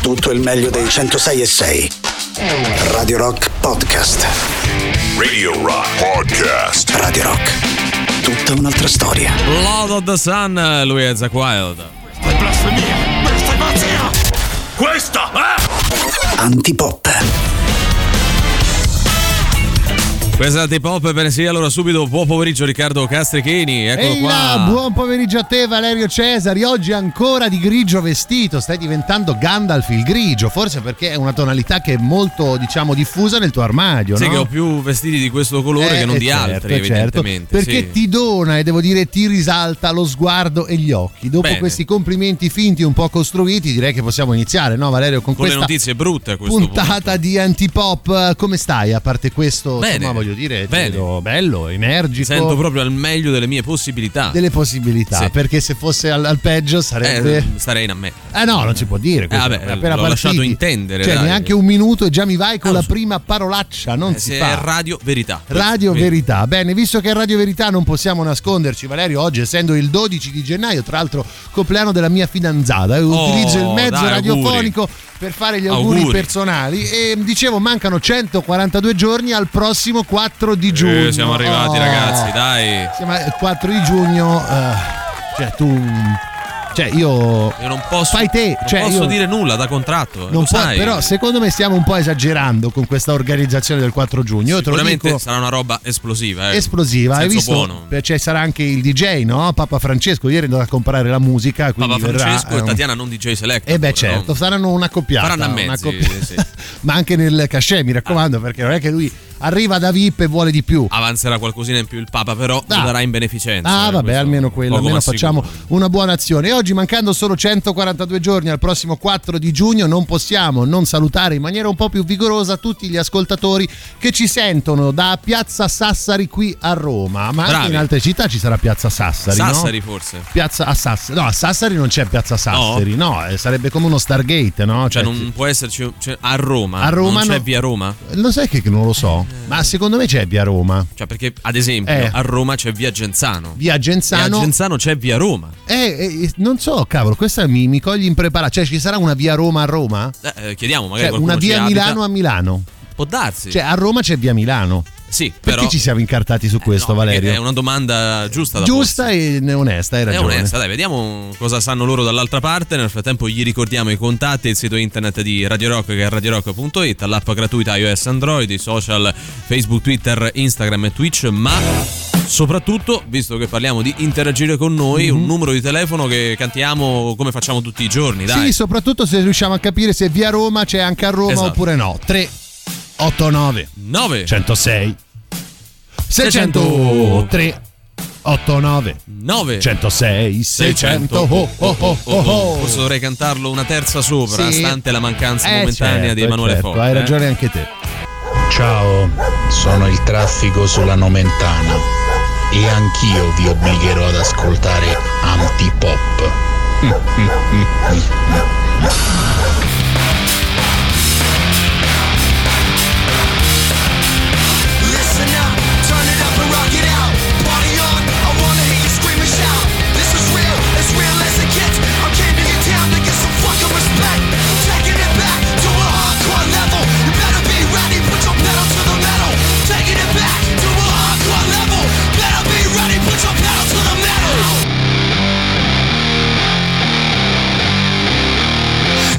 tutto il meglio dei 106.6. Radio Rock Podcast. Radio Rock Podcast. Radio Rock. Tutta un'altra storia. Lord of the Sun, lui è Zakk Wylde. Questa è blasfemia! Questa è pazzia! Questa è Antipop. Questa è Antipop, bene sì, allora subito buon pomeriggio Riccardo Castrichini, eccolo qua. Buon pomeriggio a te Valerio Cesari, oggi ancora di grigio vestito, stai diventando Gandalf il grigio, forse perché è una tonalità che è molto, diciamo, diffusa nel tuo armadio, sì, no? Che ho più vestiti di questo colore che non di altri, evidentemente. Perché sì. Ti dona e devo dire ti risalta lo sguardo e gli occhi. Dopo Bene. Questi complimenti finti un po' costruiti, direi che possiamo iniziare, no Valerio? Con questa le notizie brutte a questo puntata punto. Di Antipop. Come stai? A parte questo, Bene. insomma, voglio dire, ti Bene. vedo bello, energico. Mi sento proprio al meglio delle mie possibilità. Delle possibilità, Sì. perché se fosse al peggio sarebbe... starei in a me. No, non si può dire questo. Vabbè, appena l'ho partiti. lasciato intendere, Cioè dai. neanche un minuto e già mi vai con lo la so. prima parolaccia, non si Se fa. è Radio Verità. Radio Vedi. Verità. Bene, visto che è Radio Verità non possiamo nasconderci, Valerio, oggi essendo il 12 di gennaio, tra l'altro compleanno della mia fidanzata, utilizzo il mezzo dai, radiofonico per fare gli auguri personali e dicevo mancano 142 giorni al prossimo 4 di giugno. Siamo arrivati ragazzi, dai. Siamo al 4 di giugno, cioè tu... Cioè io non posso, fai te, non cioè posso io dire nulla da contratto, non lo sai. però secondo me stiamo un po' esagerando con questa organizzazione del 4 giugno. Io te lo Sicuramente dico, sarà una roba esplosiva. esplosiva. Hai Senso visto? buono. Cioè, sarà anche il DJ, no? Papa Francesco ieri è andato a comprare la musica, quindi Papa verrà, Francesco e Tatiana non DJ Select. certo, saranno una coppiata. Faranno a una mezzi, sì. Ma anche nel cachet, mi raccomando, perché non è che lui arriva da VIP e vuole di più. Avanzerà qualcosina in più il Papa, però lo darà in beneficenza. Vabbè, questo almeno quello, poco almeno ma facciamo sicuro. una buona azione. E oggi, mancando solo 142 giorni al prossimo 4 di giugno, non possiamo non salutare in maniera un po' più vigorosa tutti gli ascoltatori che ci sentono da Piazza Sassari qui a Roma, ma anche in altre città ci sarà Piazza Sassari, Sassari, no? Forse. Piazza a Sassari. No, a Sassari non c'è Piazza Sassari, no, sarebbe come uno Stargate, no? Cioè non può esserci a Roma. A Roma non c'è no. via Roma? Lo sai che non lo so, ma secondo me c'è via Roma. Cioè perché ad esempio a Roma c'è via Genzano. Via Genzano. E a Genzano c'è via Roma. Non so, cavolo, questa mi cogli impreparato. Cioè ci sarà una via Roma a Roma? Chiediamo, magari Cioè, qualcuno una via ci Milano abita. a Milano. Può darsi. Cioè a Roma c'è via Milano. Sì, Perché però ci siamo incartati su questo, no, Valerio? È una domanda giusta da Giusta porsi. e onesta, hai È ragione. onesta, dai, vediamo cosa sanno loro dall'altra parte. Nel frattempo gli ricordiamo i contatti, il sito internet di Radio Rock che è radiorock.it, l'app gratuita iOS Android, i social Facebook, Twitter, Instagram e Twitch, ma soprattutto, visto che parliamo di interagire con noi, un numero di telefono che cantiamo come facciamo tutti i giorni, dai. Sì, soprattutto se riusciamo a capire se via Roma c'è anche a Roma oppure no. 389 9 106 600 389 9 106 600 Forse dovrei cantarlo una terza sopra, Sì. stante la mancanza momentanea di Emanuele certo, Forte. hai ragione anche te. Ciao, sono il traffico sulla Nomentana e anch'io vi obbligherò ad ascoltare Antipop. Listen up, turn it up and rock it out. Party on, I wanna hear you scream and shout. This is real as it gets. I came to your town to get some fucking respect. Taking it back to a hardcore level. You better be ready, put your pedal to the metal. Taking it back to a hardcore level. Better be ready, put your pedal to the metal.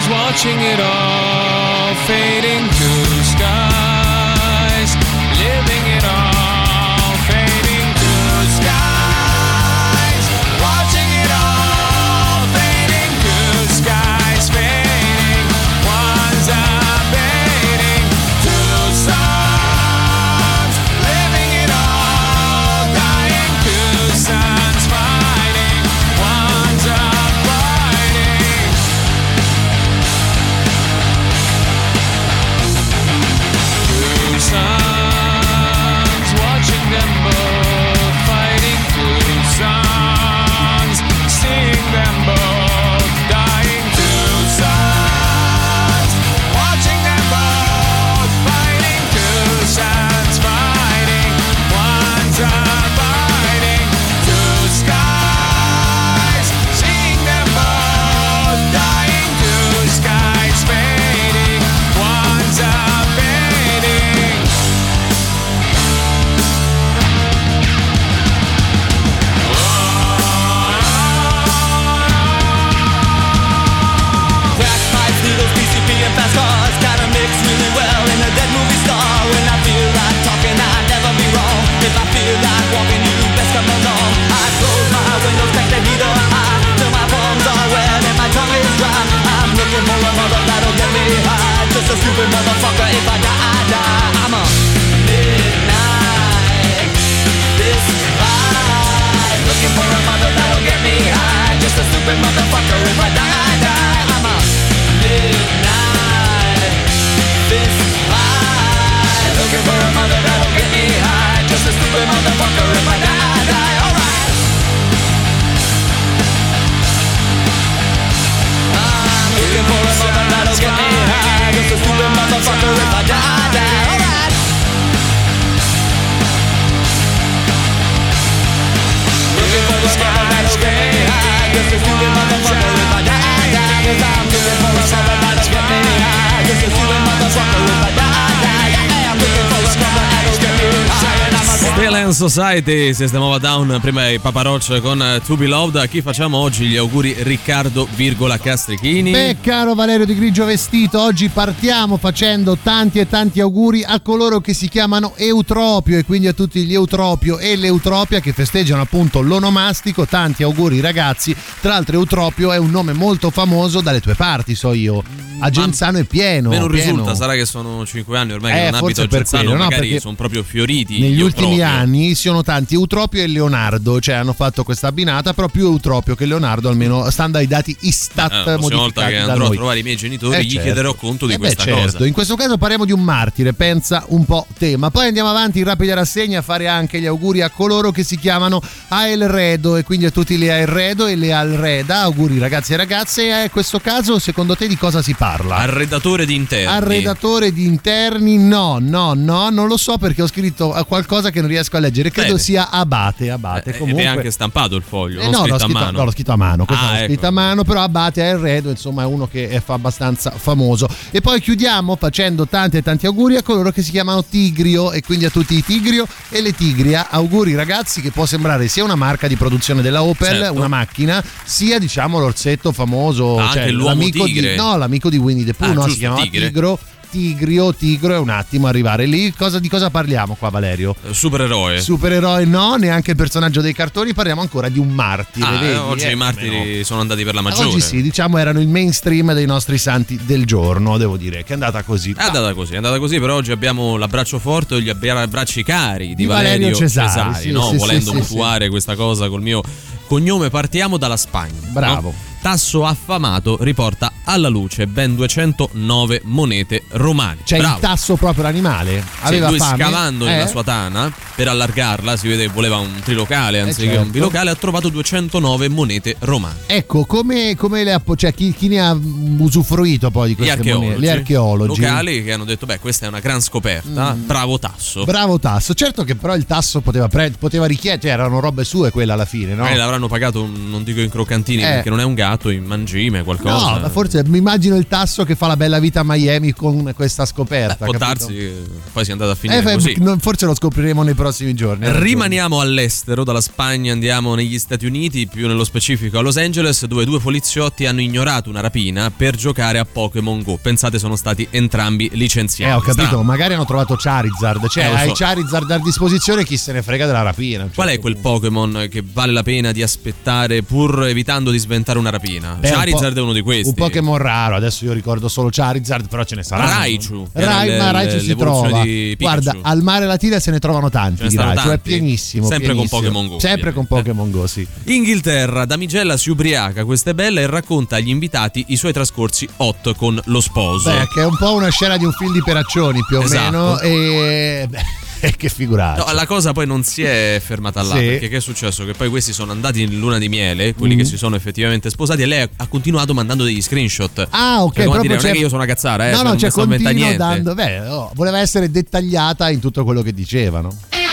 watching it all fading to skies, living it all fading to skies, watching it all fading to skies, fading, one's abating, two suns, living it all, dying, two suns fighting, one's abiding. Two suns, watching them both fighting, two suns, seeing them both dying, two suns, watching them both fighting, two suns fighting, one's abiding, two skies, seeing them both dying, two skies fading, one's abating. Crack pipes, needles, PCP and fast cars kinda mix really well in a dead movie star. When I feel like talking, I'd never be wrong. If I feel like walking, you best come along. I close my windows, crank the heater high, till my palms are wet and my tongue is dry. I'm looking for a mother that'll get me high. Just a stupid motherfucker. If I die, I die. I'm a midnight this ride, looking for a mother that'll get me high. Just a stupid motherfucker. If I die, I die. I'm a midnight this ride, looking for a mother that'll get me high. Just a stupid motherfucker. If I die, I die. Alright. I'm looking for a mother that'll get me high. Just a stupid motherfucker. If I die, I die. Alright. Looking for a mother that'll get me high. Just a stupid motherfucker. If I die, I die. 'Cause I'm looking for a mother that'll get me high. Just a stupid motherfucker. If I die, I die. Yeah, I'm looking for a mother that'll get me high. And I'm a Stelen Society, System of a Down, prima i Papa Roach con To Be Loved. A chi facciamo oggi gli auguri? Riccardo Castrichini. Beh, caro Valerio Di Grigio Vestito, oggi partiamo facendo tanti e tanti auguri a coloro che si chiamano Eutropio, e quindi a tutti gli Eutropio e l'Eutropia che festeggiano appunto l'onomastico. Tanti auguri ragazzi. Tra l'altro Eutropio è un nome molto famoso dalle tue parti, so io. A Genzano è pieno. Me non pieno. risulta, sarà che sono 5 anni ormai che non abito forse a per Genzano, quello, no? magari Perché sono proprio fioriti. negli gli ultimi Eutropio. anni sono tanti Eutropio e Leonardo, cioè hanno fatto questa abbinata, però più Eutropio che Leonardo, almeno stando ai dati Istat La prossima modificati volta che da andrò a noi. trovare i miei genitori gli Certo. chiederò conto di questa certo. cosa. In questo caso parliamo di un martire, pensa un po' te. Ma poi andiamo avanti in rapida rassegna a fare anche gli auguri a coloro che si chiamano Aelredo, e quindi a tutti le Aelredo e le Alreda. Auguri ragazzi e ragazze. E in questo caso secondo te di cosa si parla? Arredatore di interni. Arredatore di interni? No, non lo so perché ho scritto qualcosa che non riesco a leggere. Credo Bene. sia Abate. Comunque. Ed è anche stampato il foglio, non No, scritto l'ho a mano. No, l'ho scritto a mano. Questo l'ho ecco. scritto a mano, però Abate Aelredo, insomma, è uno che fa abbastanza famoso. E poi chiudiamo facendo tanti e tanti auguri a coloro che si chiamano Tigrio, e quindi a tutti i Tigrio e le Tigria. Auguri ragazzi, che può sembrare sia una marca di produzione della Opel, Certo. una macchina, sia diciamo l'orsetto famoso, Anche cioè l'uomo l'amico tigre. l'amico di Winnie the Pooh, no? Giusto, Si chiamava Tigre. Tigrio è un attimo arrivare lì. Di cosa parliamo qua, Valerio? Supereroe. Supereroe no, neanche il personaggio dei cartoni, parliamo ancora di un martire. Vedi? Oggi i martiri sono andati per la maggiore. Oggi sì, diciamo erano il mainstream dei nostri santi del giorno, devo dire che è andata così. È andata così, però oggi abbiamo l'abbraccio forte o gli abbracci cari di Valerio Cesari, sì, no? sì, Volendo sì, mutuare questa cosa col mio cognome. Partiamo dalla Spagna. Bravo. No? Tasso affamato riporta alla luce ben 209 monete romane. Cioè Bravo. il tasso proprio l'animale aveva lui fame. scavando nella sua tana per allargarla, si vede che voleva un trilocale anziché certo. un bilocale, ha trovato 209 monete romane. Ecco, come le cioè chi ne ha usufruito poi di queste monete? Gli archeologi locali che hanno detto beh, questa è una gran scoperta, bravo Tasso. Bravo Tasso. Certo che però il Tasso poteva richiedere, cioè erano robe sue quelle alla fine, no? L'avranno pagato, non dico in croccantini perché non è un gatto, in mangime, qualcosa. No, ma forse mi immagino il Tasso che fa la bella vita a Miami con questa scoperta. Può capito? darsi che poi sia andato a finire così. Forse lo scopriremo nei prossimi giorni. Rimaniamo all'estero, dalla Spagna andiamo negli Stati Uniti, più nello specifico a Los Angeles, dove 2 poliziotti hanno ignorato una rapina per giocare a Pokémon Go. Pensate, sono stati entrambi licenziati. Ho capito, magari hanno trovato Charizard, cioè hai so. Charizard a disposizione, chi se ne frega della rapina. Qual è quel Pokémon che vale la pena di aspettare pur evitando di sventare una rapina? Charizard è uno di questi. Un Pokémon raro, adesso io ricordo solo Charizard, però ce ne saranno. Raichu. Ma Raichu si trova. Guarda, al Mare Latina se ne trovano tanti di Raichu, è pienissimo. Sempre pienissimo. con Pokémon Go. Sempre con Pokémon Go, sì. Inghilterra, Damigella si ubriaca, questa è bella, e racconta agli invitati i suoi trascorsi hot con lo sposo. Beh, che è un po' una scena di un film di Peraccioni, più o meno, e che figuraccia. No, la cosa poi non si è fermata là, perché che è successo? Che poi questi sono andati in luna di miele, quelli che si sono effettivamente sposati, e lei ha continuato mandando degli screenshot. Ah, ok, proprio dire, non è che io sono una cazzara, no, non cioè sto inventando niente. dando, voleva essere dettagliata in tutto quello che dicevano.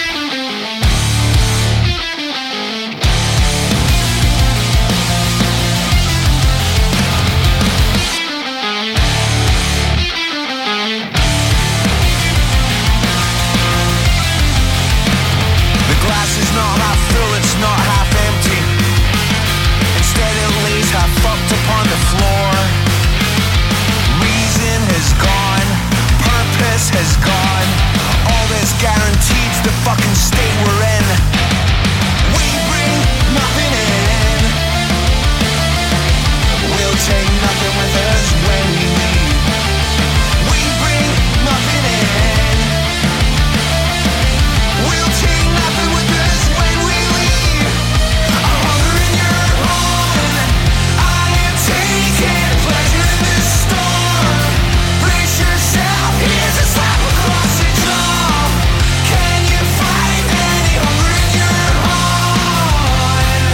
Has gone. All this guarantees the fucking state we're in. We bring nothing in. We'll take nothing with us when we leave. We bring nothing in. We'll take nothing with us when we leave. A hunger in your heart. I am taking pleasure in this storm. Brace yourself, here's a slap across the jaw. Can you find any hunger in your heart?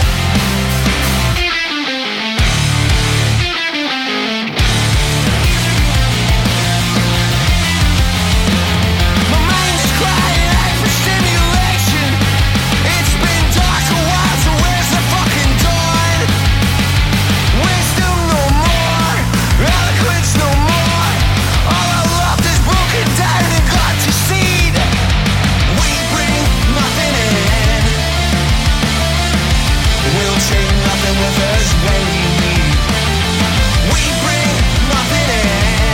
My mind is crying out for stimulation. It's been dark a while, so where's the fucking dawn? Wisdom no more, eloquence no more. All our love is broken down and got to seed. We bring nothing in. We'll take nothing with us when we leave. We bring nothing in.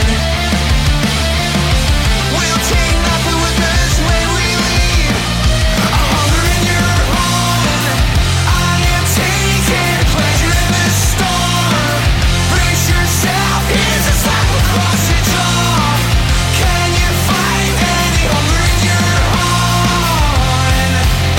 We'll take nothing with us when we leave. A hunger in your heart. I am taking pleasure in this storm. Brace yourself, here's a slap across the jaw. Can you find any hunger in your heart?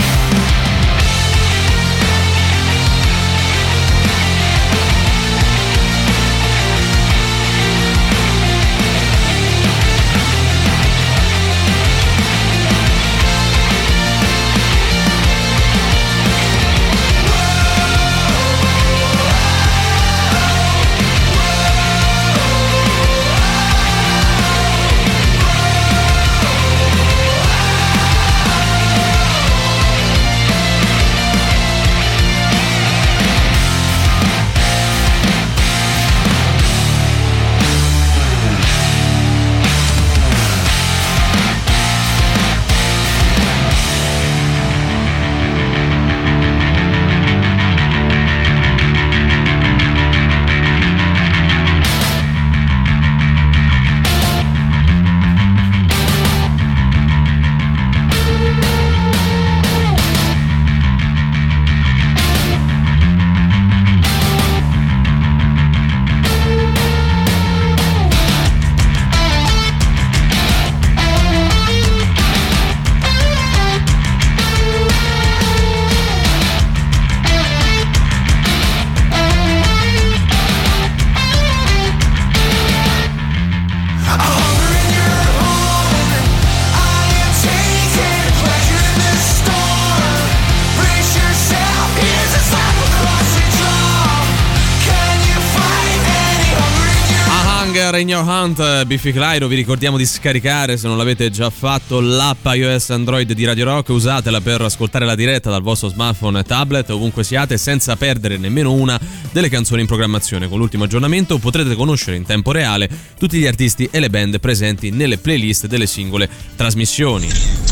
In Your Hunt, Biffy Clyro. Vi ricordiamo di scaricare, se non l'avete già fatto, l'app iOS Android di Radio Rock. Usatela per ascoltare la diretta dal vostro smartphone e tablet ovunque siate, senza perdere nemmeno una delle canzoni in programmazione. Con l'ultimo aggiornamento potrete conoscere in tempo reale tutti gli artisti e le band presenti nelle playlist delle singole trasmissioni.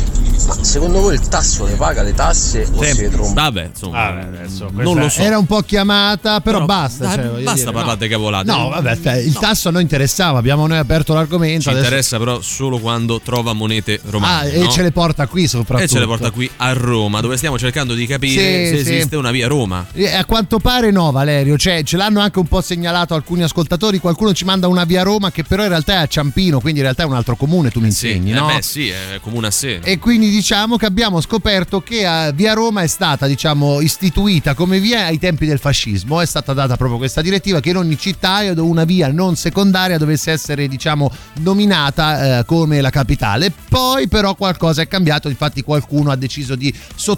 Ma secondo voi il tasso ne paga le tasse o si tromba? Vabbè, insomma, adesso, non lo so. Era un po' chiamata, però basta. Dai, basta parlare di cavolate. No, vabbè, il tasso a noi interessava, abbiamo noi aperto l'argomento. Ci interessa però solo quando trova monete romane. E ce le porta qui soprattutto. E ce le porta qui a Roma, dove stiamo cercando di capire se esiste una via Roma. A quanto pare no, Valerio, cioè ce l'hanno anche un po' segnalato alcuni ascoltatori, qualcuno ci manda una via Roma che però in realtà è a Ciampino, quindi in realtà è un altro comune, tu mi insegni, no? Beh sì, è comune a sé. E quindi diciamo che abbiamo scoperto che via Roma è stata, diciamo, istituita come via ai tempi del fascismo, è stata data proprio questa direttiva che in ogni città una via non secondaria dovesse essere, diciamo, nominata come la capitale. Poi però qualcosa è cambiato, infatti qualcuno ha deciso di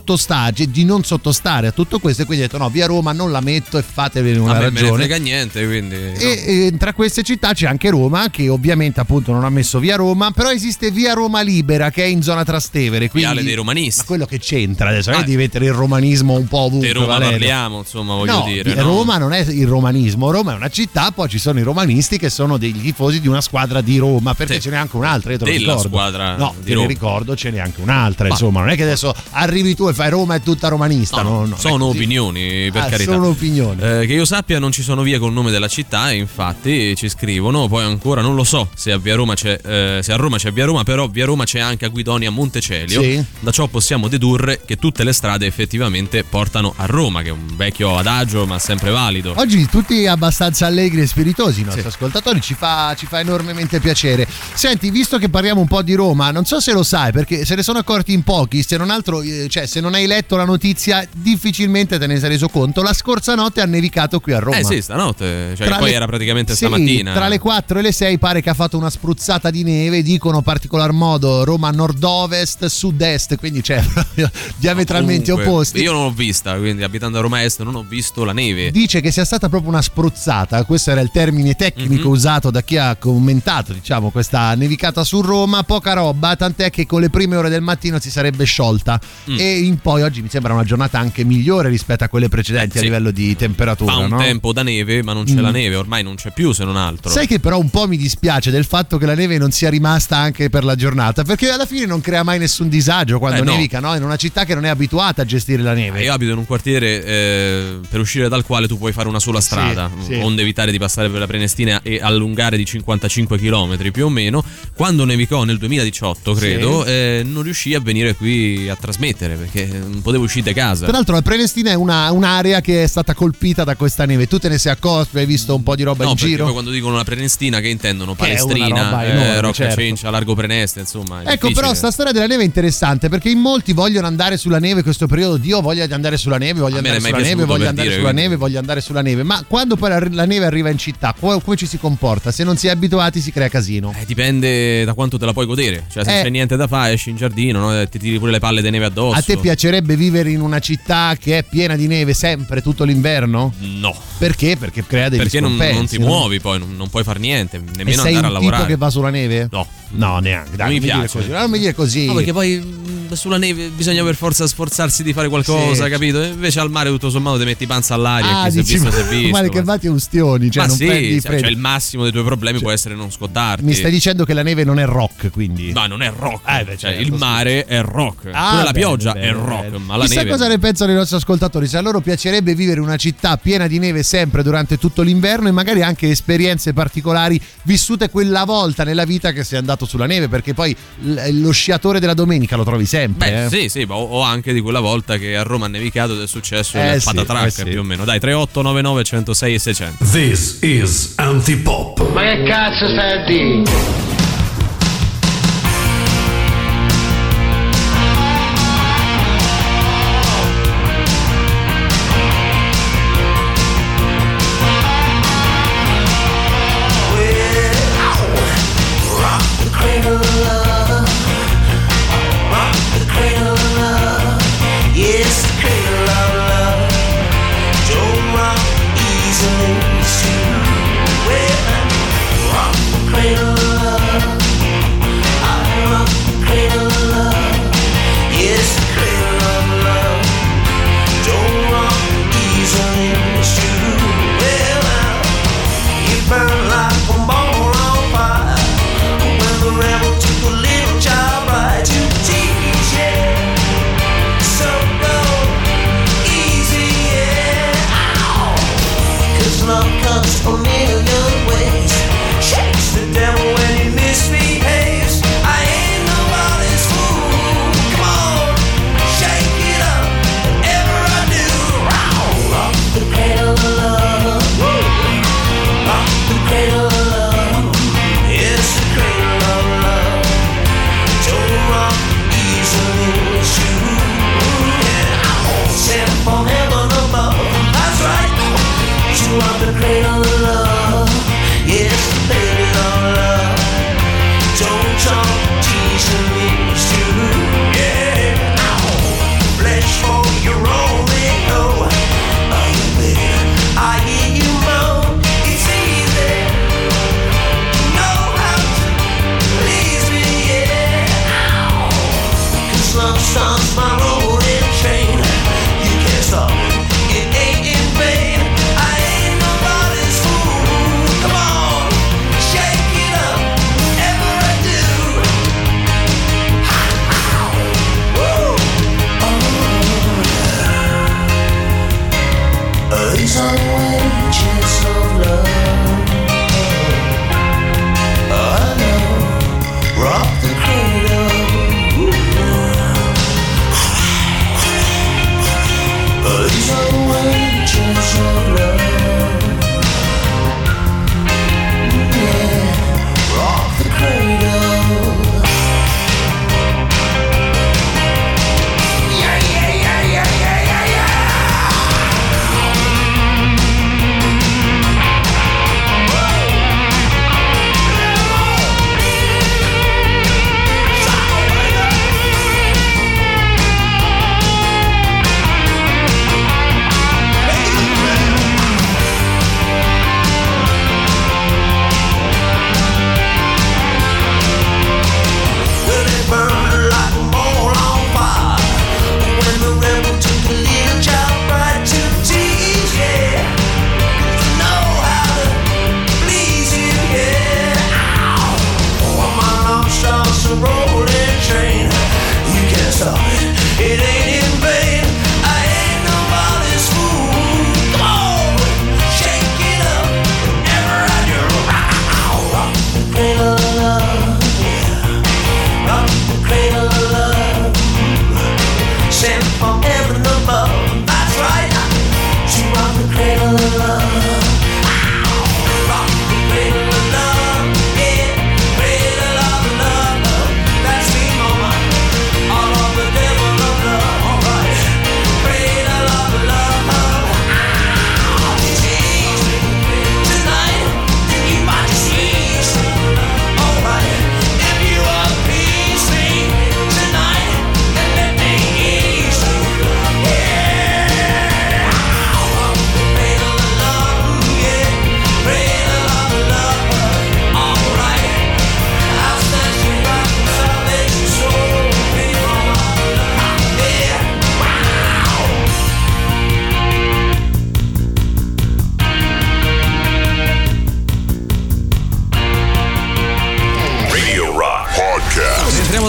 non sottostare a tutto questo e quindi ha detto no, via Roma non la metto e fatevene una ragione. Me ne frega niente, quindi e tra queste città c'è anche Roma, che ovviamente appunto non ha messo via Roma, però esiste via Roma Libera che è in zona Trastevere, quindi Viale dei romanisti. Ma quello che c'entra adesso è di mettere il romanismo un po' ovunque. Di Roma Valerio. parliamo, insomma, voglio dire. No? Roma non è il romanismo, Roma è una città, poi ci sono i romanisti che sono dei tifosi di una squadra di Roma, perché ce n'è anche un'altra, io te lo ricordo. Squadra no, di te Roma. Ne ricordo, ce n'è anche un'altra, insomma, non è che adesso arrivi tu e fai Roma è tutta romanista, no, sono opinioni, per carità. Sono opinioni. Che io sappia non ci sono vie col nome della città, e infatti ci scrivono, poi ancora non lo so se a via Roma c'è se a Roma c'è via Roma, però via Roma c'è anche a Guidonia Montecelio. Sì. Da ciò possiamo dedurre che tutte le strade effettivamente portano a Roma, che è un vecchio adagio ma sempre valido. Oggi tutti abbastanza allegri e spiritosi i nostri ascoltatori, ci fa enormemente piacere. Senti, visto che parliamo un po' di Roma, non so se lo sai perché se ne sono accorti in pochi, se non altro, cioè se non hai letto la notizia difficilmente te ne sei reso conto, la scorsa notte ha nevicato qui a Roma. Sì, stanotte, cioè poi era praticamente stamattina. Tra le 4 e le 6 pare che ha fatto una spruzzata di neve, dicono particolar modo Roma nord-ovest, sud-est, quindi c'è proprio diametralmente opposti. Io non l'ho vista, quindi abitando a Roma Est non ho visto la neve. Dice che sia stata proprio una spruzzata, questo era il termine tecnico usato da chi ha commentato, diciamo, questa nevicata su Roma, poca roba, tant'è che con le prime ore del mattino si sarebbe sciolta e in poi oggi mi sembra una giornata anche migliore rispetto a quelle precedenti a livello di temperatura. Fa un tempo da neve, ma non c'è la neve, ormai non c'è più se non altro. Sai che però un po' mi dispiace del fatto che la neve non sia rimasta anche per la giornata, perché alla fine non crea mai nessun disagio quando nevica, no? In una città che non è abituata a gestire la neve. Io abito in un quartiere per uscire dal quale tu puoi fare una sola strada, onde evitare di passare per la Prenestina e allungare di 55 km più o meno. Quando nevicò nel 2018, credo, non riuscii a venire qui a trasmettere perché non potevo uscire da casa. Tra l'altro la Prenestina è un'area che è stata colpita da questa neve. Tu te ne sei accorto, hai visto un po' di roba in giro? Poi quando dicono la Prenestina che intendono? Palestrina, enorme, Rocca Cencia, Largo Preneste, insomma. Ecco, però sta storia della neve è interessante perché in molti vogliono andare sulla neve questo periodo. Dio, voglio andare sulla neve, voglio andare sulla neve, voglio andare sulla neve, voglio andare sulla neve. Ma quando poi la neve arriva in città, come ci si comporta? Se non si è abituati si crea casino. Dipende da quanto te la puoi godere. Cioè se c'è niente da fare, esci in giardino, no? Ti tiri pure le palle di neve addosso. A te piacerebbe vivere in una città che è piena di neve sempre, tutto l'inverno? No. Perché? Perché crea degli scompensi. Perché non ti muovi poi, non puoi fare niente, nemmeno andare a lavorare. Sei un tipo che va sulla neve? No, neanche. Dai, non mi piace. Non mi dire così. No, perché poi sulla neve bisogna per forza sforzarsi di fare qualcosa, capito? Invece al mare tutto sommato ti metti panza all'aria e chi si è visto si è visto. Male che vatti ustioni, cioè ma non sì, prendi freddo. Cioè il massimo dei tuoi problemi può essere non scottarti. Mi stai dicendo che la neve non è rock, quindi? No, non è rock. Certo, il mare è rock. Pure la pioggia è rock, ma la Chissà neve. cosa ne pensano i nostri ascoltatori, se a loro piacerebbe vivere una città piena di neve sempre durante tutto l'inverno e magari anche esperienze particolari vissute quella volta nella vita che sei andato sulla neve, perché poi lo sciatore della domenica lo trovi sempre. Sì, o anche di quella volta che a Roma ha nevicato ed è successo il patatrack più o meno. Dai, 3899 106 e 600. This is Antipop. Ma che cazzo stai a dire? Cradle of love.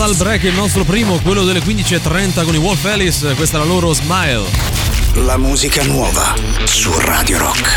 Commercial break, il nostro primo, quello delle 15:30 con i Wolf Alice, questa è la loro Smile. La musica nuova su Radio Rock.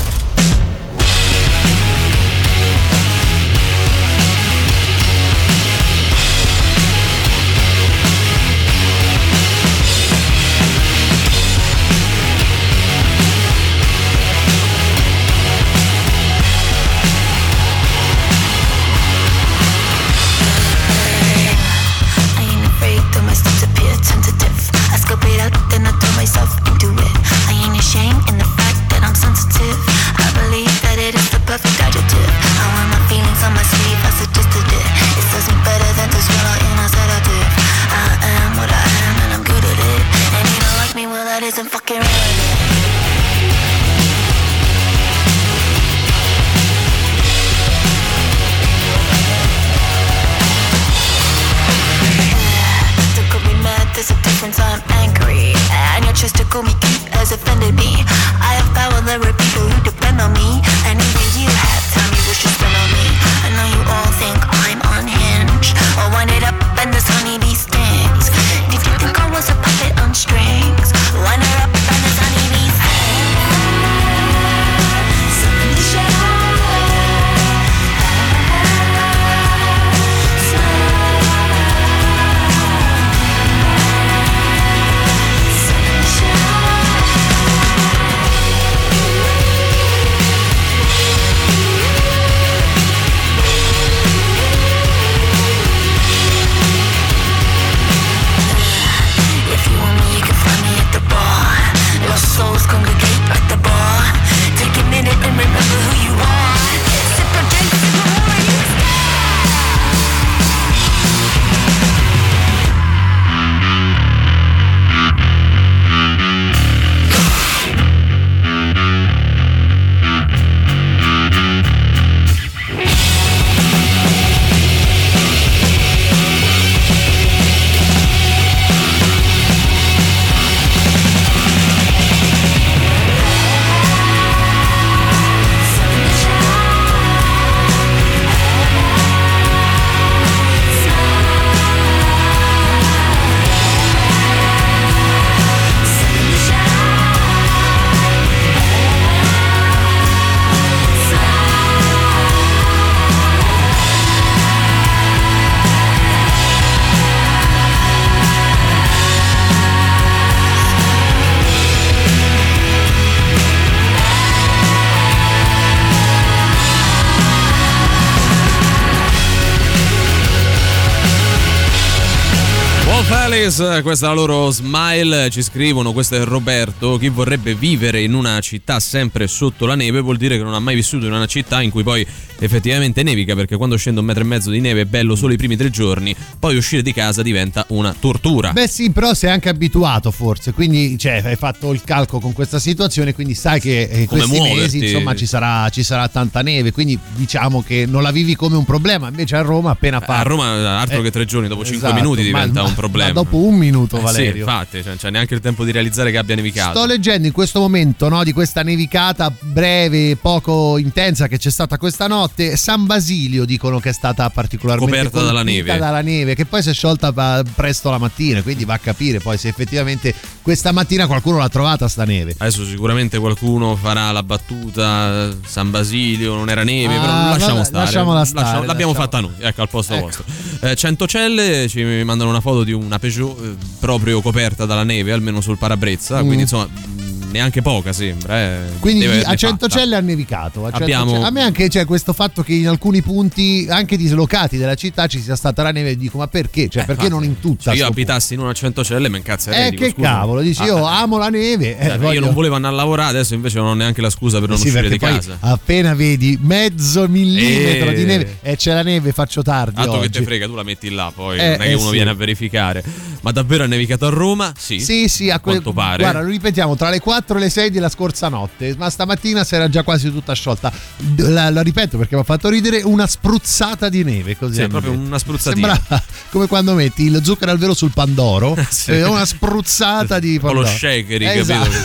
Questa è la loro Smile, ci scrivono, questo è Roberto: chi vorrebbe vivere in una città sempre sotto la neve vuol dire che non ha mai vissuto in una città in cui poi effettivamente nevica, perché quando scende 1,5 metri di neve è bello solo i primi 3 giorni, poi uscire di casa diventa una tortura. Beh sì, però sei anche abituato forse, quindi hai fatto il calco con questa situazione, quindi sai che questi mesi insomma ci sarà tanta neve, quindi diciamo che non la vivi come un problema. Invece a Roma appena fa a Roma altro che 3 giorni, dopo 5 minuti diventa un problema. Ma dopo 1 minuto, Valerio. Sì, infatti, non c'è neanche il tempo di realizzare che abbia nevicato. Sto leggendo in questo momento, no, di questa nevicata breve, poco intensa che c'è stata questa notte. San Basilio dicono che è stata particolarmente coperta dalla neve, che poi si è sciolta presto la mattina, quindi va a capire poi se effettivamente questa mattina qualcuno l'ha trovata sta neve. Adesso sicuramente qualcuno farà la battuta San Basilio non era neve, però lasciamola stare. L'abbiamo fatta noi, ecco, al posto vostro. Centocelle ci mandano una foto di una Peugeot proprio coperta dalla neve, almeno sul parabrezza, quindi insomma neanche poca sembra. Quindi a Centocelle ha nevicato. A me anche c'è questo fatto che in alcuni punti anche dislocati della città ci sia stata la neve, e dico ma perché? Cioè perché non in tutta? Se io abitassi in una Centocelle mi incazzerei. Che cavolo, dici io amo la neve. Io non volevo andare a lavorare, adesso invece non ho neanche la scusa per non uscire di casa. Appena vedi mezzo millimetro di neve e c'è la neve, faccio tardi. Tanto che te frega, tu la metti là, poi non è che uno viene a verificare. Ma davvero è nevicato a Roma? Sì, a quanto pare. Guarda, lo ripetiamo, tra le 4 e le 6 della scorsa notte, ma stamattina si era già quasi tutta sciolta. La ripeto perché mi ha fatto ridere, una spruzzata di neve, così. Sì, proprio una spruzzatina. Sembra come quando metti lo zucchero al velo sul pandoro, una spruzzata di pandoro. Un po' lo shaker, esatto. Capito?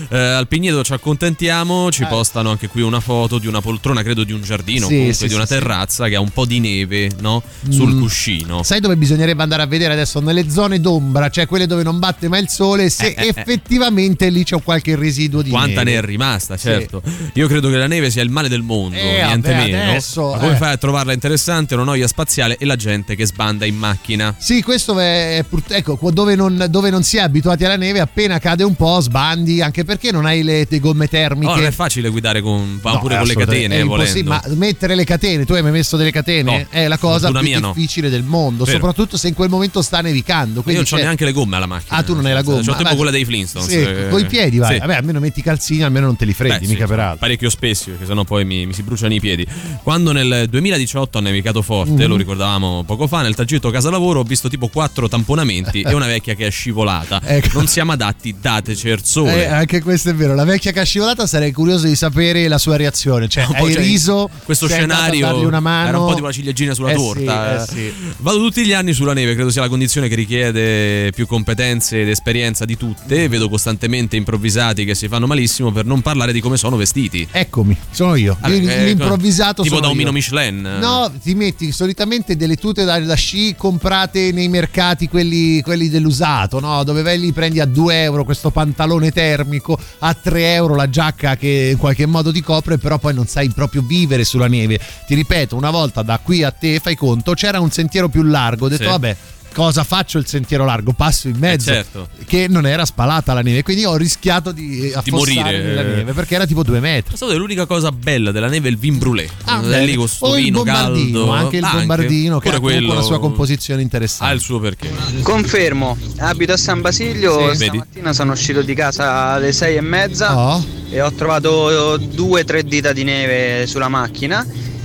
Al Pigneto ci accontentiamo, ci postano anche qui una foto di una poltrona, credo di un giardino, comunque di una terrazza che ha un po' di neve, no? Sul cuscino. Sai dove bisognerebbe andare a vedere adesso? Nelle zone d'ombra, cioè quelle dove non batte mai il sole, se effettivamente lì c'è qualche residuo di quanta neve. ne è rimasta, certo. Io credo che la neve sia il male del mondo, niente meno. Adesso, ma come fai a trovarla interessante? Una noia spaziale e la gente che sbanda in macchina. Sì, questo è ecco, dove non si è abituati alla neve, appena cade un po' sbandi, anche perché non hai le gomme termiche. Non è facile guidare pure con le catene, volendo. Ma mettere le catene, tu hai mai messo delle catene? No, è la cosa più difficile del mondo, vero. soprattutto se in quel momento sta nevicando. Io non ho neanche le gomme alla macchina. Ah, tu non hai la gomma? C'ho tipo quella dei Flintstones. Sì, coi piedi vai. Sì. Vabbè, almeno metti i calzini, almeno non te li freddi, mica peraltro. Parecchio spesso, perché sennò poi mi si bruciano i piedi. Quando nel 2018 ha nevicato forte, lo ricordavamo poco fa, nel tragitto casa lavoro ho visto tipo 4 tamponamenti e una vecchia che è scivolata. Ecco. Non siamo adatti, dateci il sole. Anche questo è vero. La vecchia che è scivolata, sarei curioso di sapere la sua reazione. Cioè, hai riso? Questo sei scenario dargli una mano? era un po' tipo la ciliegina sulla torta. Sì. Vado tutti gli anni sulla neve, credo sia la condizione che richiede più competenze ed esperienza di tutte. Vedo costantemente improvvisati che si fanno malissimo, per non parlare di come sono vestiti. Eccomi, sono io. L'improvvisato tipo sono da Omino io. Michelin. No, ti metti solitamente delle tute da sci comprate nei mercati, quelli dell'usato, no? Dove vai lì, prendi a 2 euro questo pantalone termico, a 3 euro la giacca che in qualche modo ti copre, però poi non sai proprio vivere sulla neve. Ti ripeto, una volta da qui a te, fai conto, c'era un sentiero più largo, ho detto vabbè, cosa faccio il sentiero largo? Passo in mezzo, certo. Che non era spalata la neve, quindi ho rischiato di morire nella neve, perché era tipo 2 metri. L'unica cosa bella della neve è il vin brûlé. Lì con sto o il vino bombardino, caldo. anche il bombardino, che ha quello la sua composizione interessante. Ha il suo perché. Confermo, abito a San Basilio, stamattina sono uscito di casa alle 6:30 e ho trovato 2-3 dita di neve sulla macchina.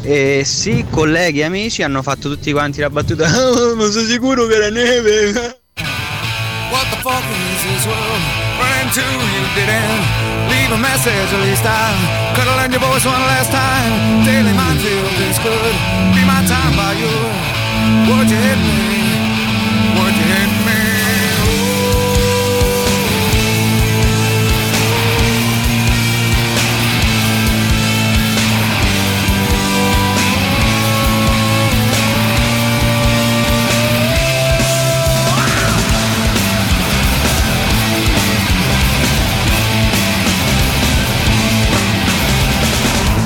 E sì, colleghi e amici hanno fatto tutti quanti la battuta: oh, ma sei sicuro che era neve? What the fuck is this world? Run into you didn't leave a message, at least I could have learned your voice one last time. Daily minefield is good, be my time by you. Would you hit me? Would you hit me?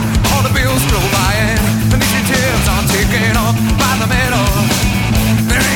By the middle, there ain't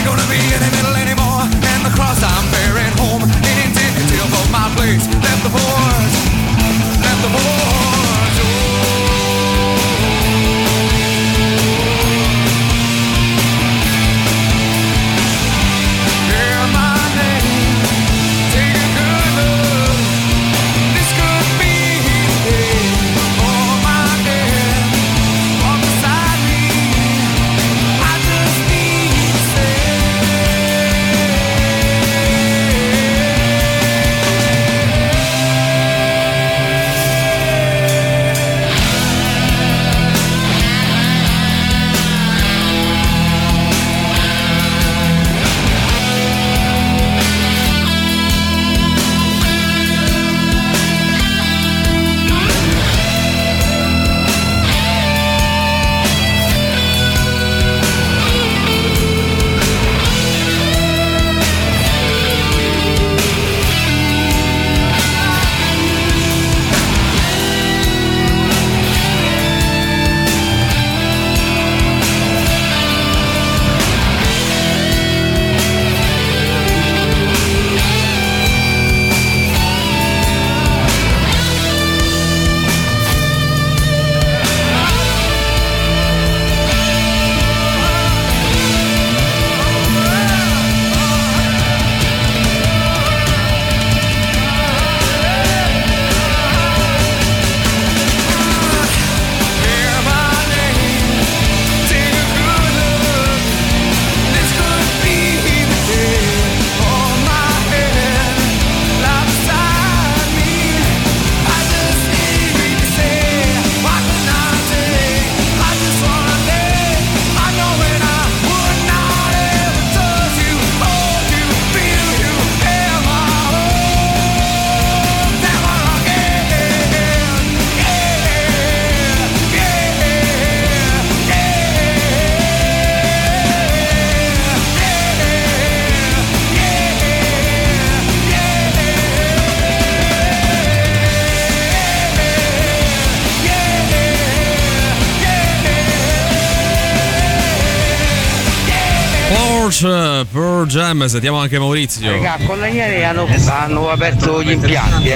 Pearl Jam, sentiamo anche Maurizio. Raga, con la nieve hanno aperto gli impianti,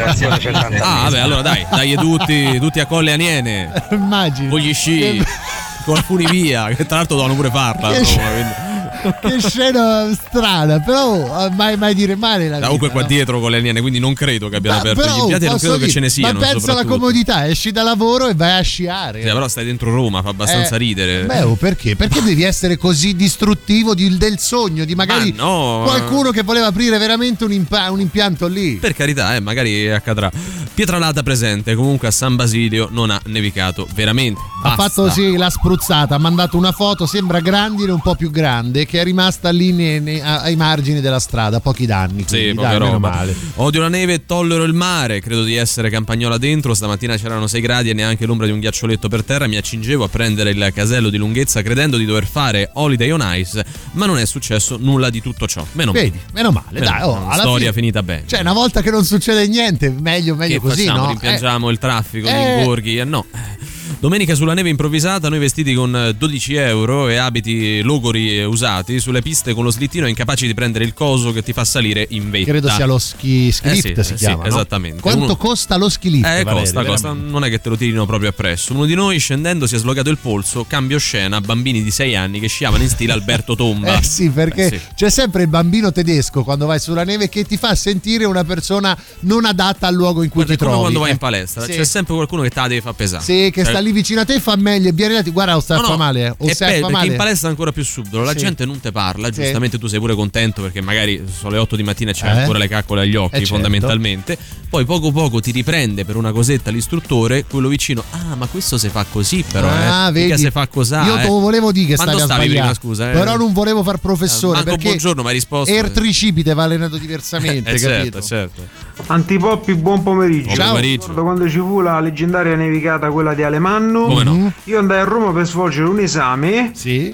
vabbè, allora dai tutti a Colle Aniene. Immagini. Con gli sci, con la funivia, che tra l'altro dovevano pure farla. Che scena strana, però mai dire male la comunque vita, qua dietro con le Aniene, quindi non credo che abbiano aperto gli impianti e non credo che ce ne siano. Ma pensa alla comodità, esci da lavoro e vai a sciare. Sì, però stai dentro Roma, fa abbastanza ridere. Perché? Perché devi essere così distruttivo del sogno di magari qualcuno che voleva aprire veramente un impianto lì? Per carità, magari accadrà. Pietralata presente, comunque a San Basilio non ha nevicato veramente. Basta. Ha fatto la spruzzata, ha mandato una foto, sembra Grandine un po' più grande, che è rimasta lì ai margini della strada, pochi danni. Sì, poca roba. Male. Odio la neve e tollero il mare, credo di essere campagnola dentro, stamattina c'erano 6 gradi e neanche l'ombra di un ghiaccioletto per terra, mi accingevo a prendere il casello di lunghezza credendo di dover fare Holiday on Ice, ma non è successo nulla di tutto ciò. Meno male, dai. Alla storia finita bene. Cioè, una volta che non succede niente, meglio che così, facciamo? no? Rimpiangiamo il traffico, gli ingorghi, no. Domenica sulla neve improvvisata, noi vestiti con 12 euro e abiti logori usati sulle piste con lo slittino incapaci di prendere il coso che ti fa salire in vetta. Credo sia lo ski lift, si chiama, no? Esattamente. Quanto costa lo ski lift? Costa, non è che te lo tirino proprio appresso. Uno di noi scendendo si è slogato il polso, cambio scena, bambini di 6 anni che sciavano in stile Alberto Tomba. Sì, perché c'è sempre il bambino tedesco quando vai sulla neve che ti fa sentire una persona non adatta al luogo in cui ti trovi. Come quando vai in palestra, c'è sempre qualcuno che te la deve far pesare. Sì, che sta lì vicino a te e fa meglio, guarda, fa male. Perché in palestra è ancora più subdolo, la gente non te parla, giustamente tu sei pure contento perché magari sono le 8 di mattina e c'è ancora le caccole agli occhi, fondamentalmente. Poi poco ti riprende per una cosetta l'istruttore, quello vicino, ma questo si fa così però, vedi, si fa così. Io te lo volevo dire che stavi sbagliato prima, scusa, però non volevo far professore perché buongiorno, ma hai risposto. Ertricipite va allenato diversamente, capito? Certo. Antipoppi, buon pomeriggio. Ciao. Ricordo quando ci fu la leggendaria nevicata, quella di Alemanno. Come no? Io andai a Roma per svolgere un esame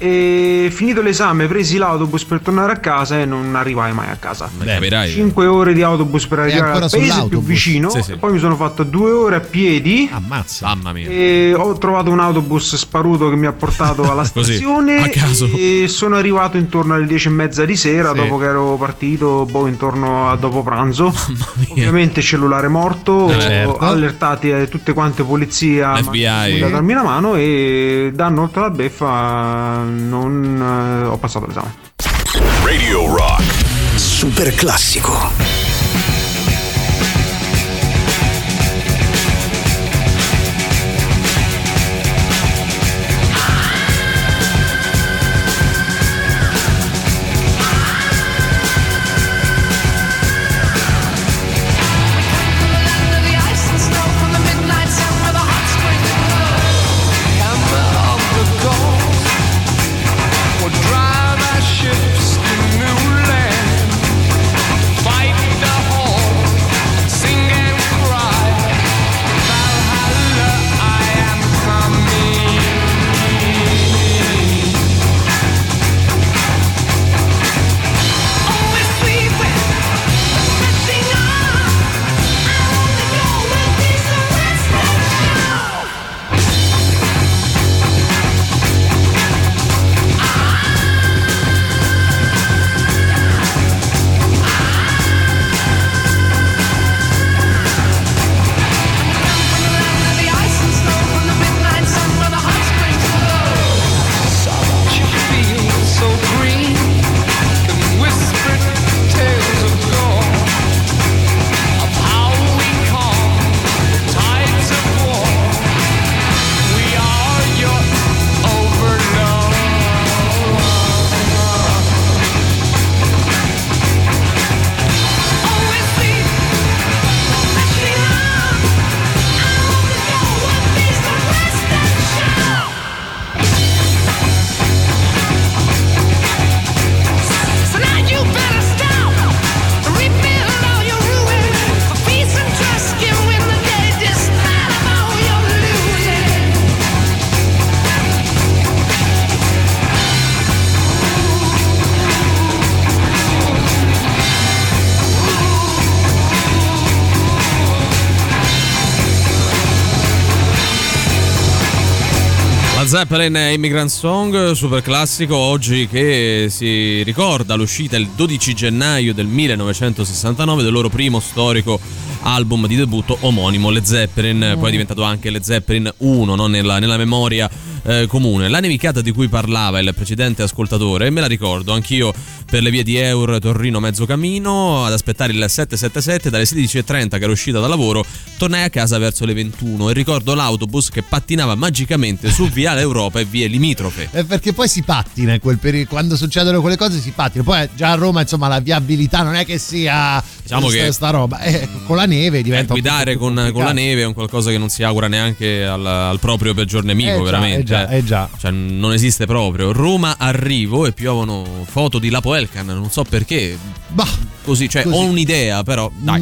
e finito l'esame presi l'autobus per tornare a casa e non arrivai mai a casa. 5 ore di autobus per arrivare al paese più vicino. Poi mi sono fatto 2 ore a piedi. Ammazza. Mamma mia. E ho trovato un autobus sparuto che mi ha portato alla stazione a caso. E sono arrivato intorno alle 10:30 di sera dopo che ero partito intorno a dopo pranzo. Ovviamente cellulare morto, allertati tutte quante polizia, FBI, da darmi una mano e danno oltre la beffa non ho passato l'esame. Radio Rock super classico. Drive our ships to new land, fight Zeppelin Immigrant Song, super classico, oggi che si ricorda l'uscita il 12 gennaio del 1969 del loro primo storico album di debutto omonimo, Led Zeppelin, poi è diventato anche Led Zeppelin 1, no? nella memoria comune. La nevicata di cui parlava il precedente ascoltatore, me la ricordo anch'io per le vie di Eur Torino mezzo cammino ad aspettare il 777 dalle 16:30 che era uscita da lavoro, tornai a casa verso le 21 e ricordo l'autobus che pattinava magicamente su Viale Europa e vie limitrofe. Perché poi si pattina in quel periodo, quando succedono quelle cose si pattina, poi già a Roma insomma la viabilità non è che sia, diciamo, che sta roba, con la neve diventa guidare con la neve è un qualcosa che non si augura neanche al proprio peggior nemico, veramente. Già. Cioè, non esiste proprio. Roma arrivo e piovono foto di Lapo Elkan, non so perché. Così, ho un'idea, però dai.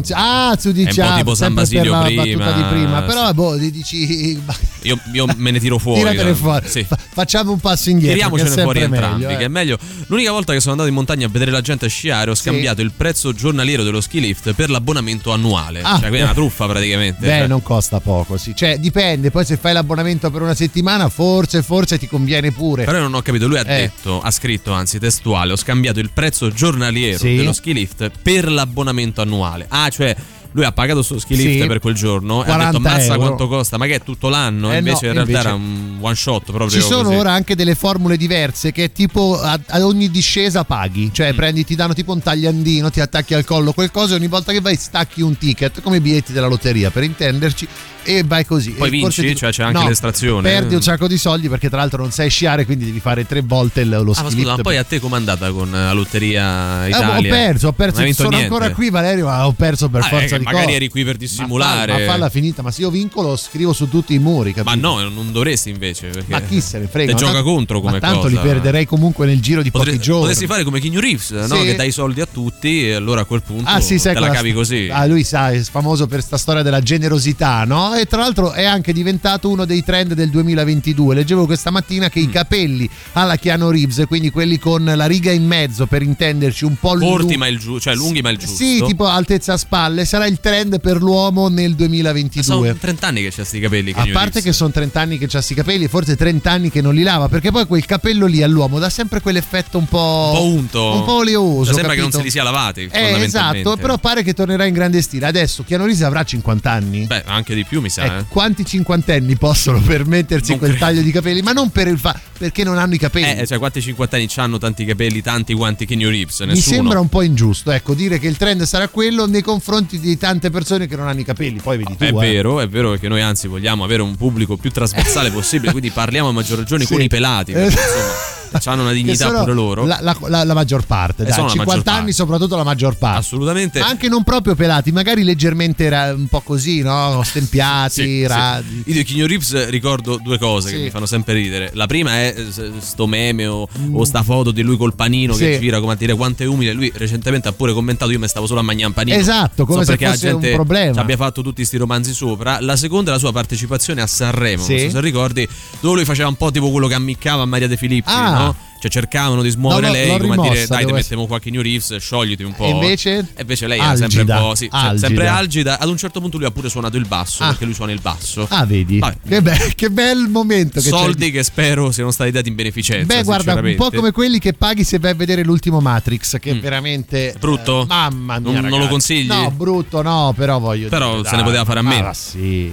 Tu dici è un po' tipo San Basilio prima. Però dici io me ne tiro fuori. Tiratene fuori. Sì. Facciamo un passo indietro. Tiriamocene fuori entrambi, che è meglio. L'unica volta che sono andato in montagna a vedere la gente sciare ho scambiato il prezzo giornaliero dello ski lift per l'abbonamento annuale. Quindi è una truffa praticamente. Non costa poco, sì. Dipende, poi se fai l'abbonamento per una settimana forse ti conviene pure. Però io non ho capito, lui ha scritto anzi testuale, ho scambiato il prezzo giornaliero dello ski lift per l'abbonamento annuale. Lui ha pagato sto ski lift per quel giorno e ha detto ammazza quanto costa, ma che è tutto l'anno? Invece in realtà era un one shot proprio. Ci sono così. Ora anche delle formule diverse che tipo ad ogni discesa paghi, ti danno tipo un tagliandino, ti attacchi al collo qualcosa e ogni volta che vai stacchi un ticket, come i biglietti della lotteria per intenderci, e vai così. Poi vinci, c'è anche l'estrazione. Perdi un sacco di soldi perché tra l'altro non sai sciare, quindi devi fare 3 volte lo ski lift. Ma poi a te com'è andata con la lotteria Italia? Ho perso, sono ancora qui Valerio, ma ho perso per forza di cose. Magari eri qui per dissimulare. Ma falla finita, ma se io vinco lo scrivo su tutti i muri, capito? Ma no, non dovresti invece, perché ma chi se ne frega? Te gioca contro come cosa. Tanto li perderei comunque nel giro di pochi giorni. Potresti fare come Keanu Reeves, no? Che dai soldi a tutti e allora a quel punto te la cavi così. Lui è famoso per sta storia della generosità, no? E tra l'altro è anche diventato uno dei trend del 2022. Leggevo questa mattina che i capelli alla Keanu Reeves, quindi quelli con la riga in mezzo, per intenderci, un po' corti ma lunghi ma il giusto. Sì, tipo altezza a spalle, sarà il trend per l'uomo nel 2022. Sono 30 anni che c'ha sti capelli. A parte che sono 30 anni che c'ha sti capelli, forse 30 anni che non li lava, perché poi quel capello lì all'uomo dà sempre quell'effetto un po' unto, un po' oleoso. Sembra che non se li sia lavati. Esatto, però pare che tornerà in grande stile. Adesso Keanu Reeves avrà 50 anni. Anche di più mi sa. Quanti cinquantenni possono permettersi quel taglio di capelli? Ma non per perché non hanno i capelli. Quanti cinquantenni hanno tanti capelli, tanti quanti Keanu Reeves? Nessuno. Mi sembra un po' ingiusto, dire che il trend sarà quello nei confronti di tante persone che non hanno i capelli. Poi vedi tu. È vero perché noi anzi vogliamo avere un pubblico più trasversale possibile, quindi parliamo a maggior ragione con i pelati, perché insomma hanno una dignità pure loro. La maggior parte, dai, 50 anni soprattutto la maggior parte. Assolutamente. Anche non proprio pelati, magari leggermente un po' così, no? Stempiati, radi. Io di Keanu Reeves ricordo due cose che mi fanno sempre ridere. La prima è sto meme o sta foto di lui col panino che gira come a dire quanto è umile. Lui recentemente ha pure commentato: io mi stavo solo a mangiare un panino. Esatto, come se fosse un problema. Ci abbia fatto tutti sti romanzi sopra. La seconda è la sua partecipazione a Sanremo, non so se ricordi, dove lui faceva un po' tipo quello che ammiccava a Maria De Filippi, no? Cercavano di smuovere lei, come a dire: dai, ti mettiamo qualche New Reeves, sciogliti un po'. E invece lei era sempre un po' sempre algida. Ad un certo punto lui ha pure suonato il basso, perché lui suona il basso. Vedi? Che bel momento. Soldi che spero siano stati dati in beneficenza. Guarda, un po' come quelli che paghi se vai a vedere l'ultimo Matrix, che è veramente brutto. Mamma mia, non lo consigli? No, brutto no, però voglio dire. Però se ne poteva fare a meno. Sì.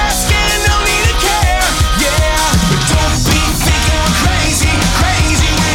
Crazy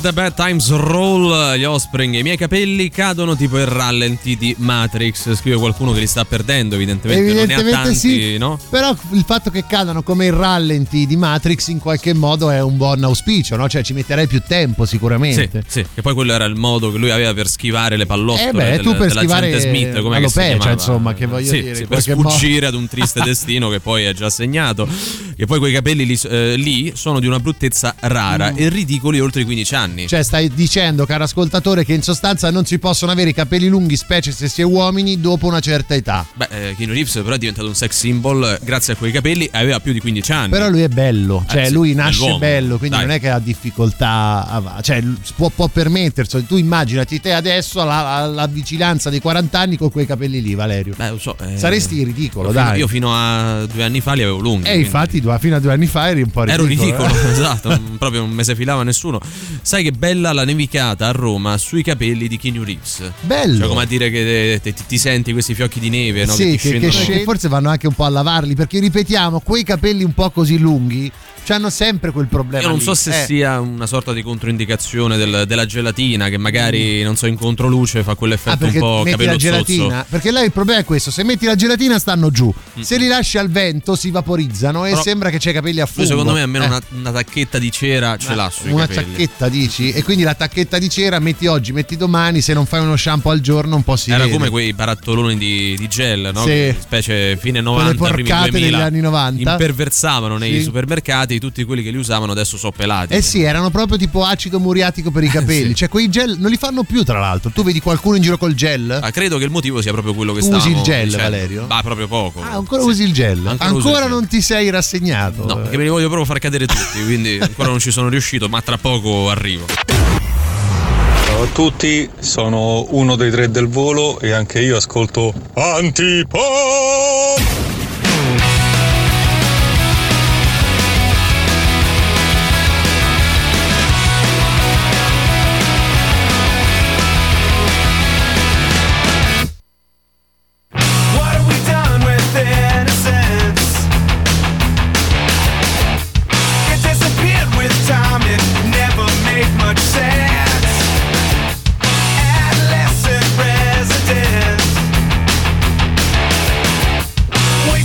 the Bad Times Roll, gli Offspring. I miei capelli cadono tipo il rallenti di Matrix. Scrive qualcuno che li sta perdendo, evidentemente non ne ha tanti, sì, no? Però il fatto che cadano come il rallenti di Matrix in qualche modo è un buon auspicio, no? Cioè ci metterei più tempo sicuramente. Sì, che poi quello era il modo che lui aveva per schivare le pallottole tu per schivare Smith, com'è che si chiamava? Insomma, che voglio dire, per sfuggire ad un triste destino che poi è già segnato. Che poi quei capelli lì sono di una bruttezza rara e ridicoli oltre i 15 anni. Cioè stai dicendo, caro ascoltatore, che in sostanza non si possono avere i capelli lunghi, specie se si è uomini, dopo una certa età. Beh, Keanu Reeves però è diventato un sex symbol grazie a quei capelli e aveva più di 15 anni. Però lui è bello, cioè lui nasce bello, quindi Dai. non è che ha difficoltà, cioè può permettersi. Tu immaginati te adesso alla vicinanza dei 40 anni con quei capelli lì, Valerio. Beh, lo so. Saresti ridicolo, dai. Io fino a 2 anni fa li avevo lunghi. Infatti fino a 2 anni fa eri un po' ridicolo. Ero ridicolo, esatto, proprio non me se filava nessuno. Sai che bella la nevicata a Roma sui capelli di Keanu Reeves. Bello. Cioè come a dire che ti senti questi fiocchi di neve, no? Sì, che forse vanno anche un po' a lavarli, perché ripetiamo, quei capelli un po' così lunghi hanno sempre quel problema. Io non so se sia una sorta di controindicazione della gelatina, che magari, non so, in controluce fa quell'effetto un po' capello zozzo. Perché là il problema è questo: se metti la gelatina stanno giù, se li lasci al vento si vaporizzano e però sembra che c'hai i capelli a fungo. Secondo me almeno una tacchetta di cera ce l'ha sui capelli. Una tacchetta dici? E quindi la tacchetta di cera metti oggi, metti domani, se non fai uno shampoo al giorno un po' si Era vede. come quei barattoloni di gel, no? Sì. Specie fine 90, primi 2000 degli anni 90 imperversavano nei supermercati, tutti quelli che li usavano adesso sono pelati. Sì, erano proprio tipo acido muriatico per i capelli. Cioè quei gel non li fanno più, tra l'altro. Tu vedi qualcuno in giro col gel? Credo che il motivo sia proprio quello che stavamo dicendo. Usi il gel, Valerio? Proprio poco. Ancora usi il gel? Ancora non ti sei rassegnato? No, perché me li voglio proprio far cadere tutti, quindi ancora non ci sono riuscito, ma tra poco arrivo. Ciao a tutti, sono uno dei 3 del volo e anche io ascolto Antipop! Adolescent resident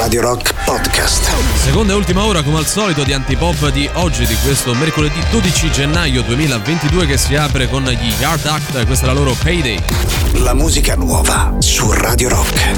Radio Rock Podcast. Seconda e ultima ora come al solito di Antipop di oggi, di questo mercoledì 12 gennaio 2022, che si apre con gli Yard Act. Questa è la loro Payday. La musica nuova su Radio Rock.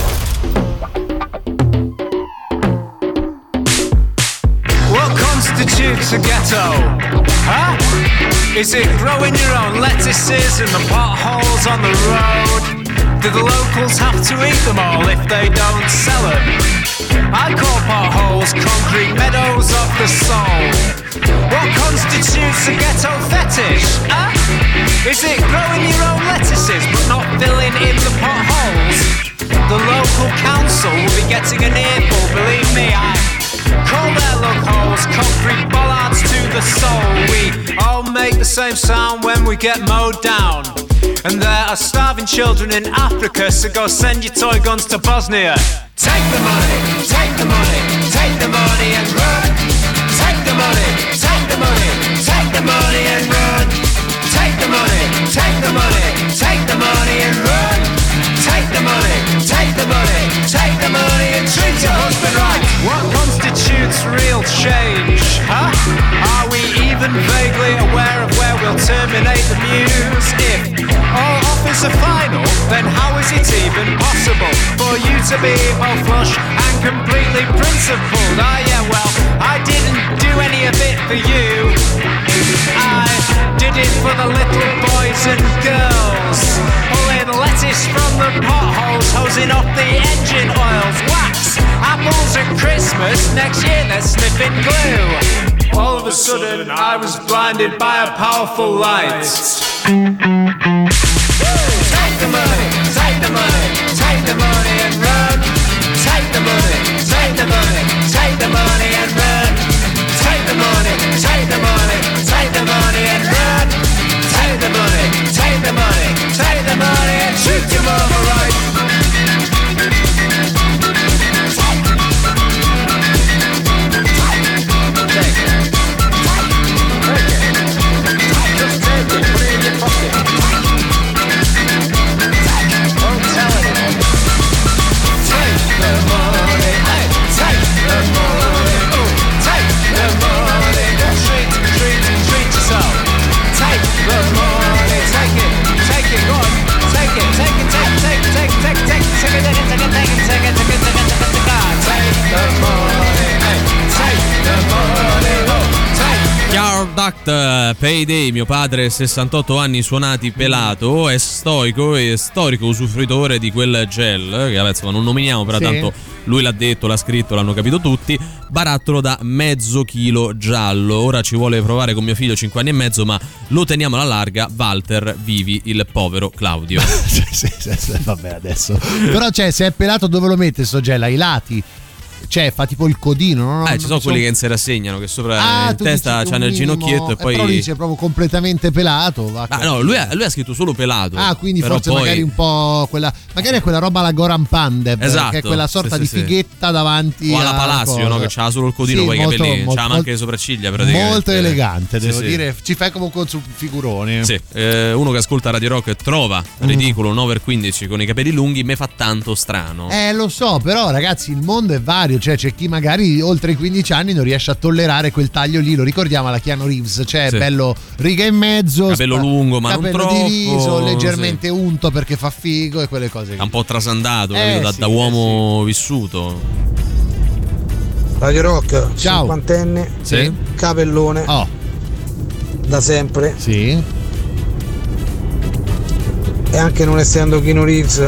What constitutes a ghetto? Huh? Is it growing your own lettuces in the potholes on the road? Do the locals have to eat them all if they don't sell them? I call potholes concrete meadows of the soul. What constitutes a ghetto fetish? Huh? Is it growing your own lettuces but not filling in the potholes? The local council will be getting an earful, believe me, I call their lug holes concrete bollards to the soul. We all make the same sound when we get mowed down. And there are starving children in Africa, so go send your toy guns to Bosnia. Take the money, take the money, take the money and run. Take the money, take the money, take the money and run. Take the money, take the money, take the money and run. Take the money, take the money, take the money and treat your husband right. What constitutes real change, huh? Are we even vaguely aware of where we'll terminate the muse? If all offers are final, then how is it even possible for you to be both flush and completely principled? Ah yeah, well, I didn't do any of it for you. I did it for the little boys and girls, pulling lettuce from the potholes, hosing off the engine oils, wax, apples at Christmas, next year they're sniffing glue. All of a sudden I was blinded by a powerful light. Take the money, take the money, take the money and run. Take the money, take the money, take the money and run. Take the money, take the money, take the money and run. Take the money, take the money, take the money and treat your mama right. Yard Act, Payday. Mio padre, 68 anni suonati, pelato, è stoico e storico usufruitore di quel gel che insomma non nominiamo, però tanto lui l'ha detto, l'ha scritto, l'hanno capito tutti. Barattolo da mezzo chilo giallo. Ora ci vuole provare con mio figlio 5 anni e mezzo, ma lo teniamo alla larga. Walter, vivi il povero Claudio. Vabbè, adesso però se è pelato dove lo mette sto gel? Ai lati? Cioè fa tipo il codino, no? Ci sono quelli che si rassegnano, che sopra in testa c'hanno il ginocchietto e poi però dice proprio completamente pelato. No, lui ha scritto solo pelato. Quindi forse poi magari un po' quella, magari è quella roba alla Goran Pandev, esatto, che è quella sorta di fighetta davanti o alla Palacio, no? Che c'ha solo il codino, poi i capelli, c'ha anche le sopracciglia praticamente. Molto elegante, devo dire. Ci fai come un figurone. Sì, uno che ascolta Radio Rock trova ridicolo 9/15 con i capelli lunghi, me fa tanto strano. Lo so, però ragazzi, il mondo è vario. Cioè c'è chi magari oltre i 15 anni non riesce a tollerare quel taglio lì, lo ricordiamo alla Keanu Reeves, cioè bello riga e mezzo, capello lungo ma non troppo, diviso, leggermente unto perché fa figo e quelle cose. È un po' trasandato, da uomo vissuto. Radio Rock, ciao. 50enne, capellone, da sempre. Sì. E anche non essendo Keanu Reeves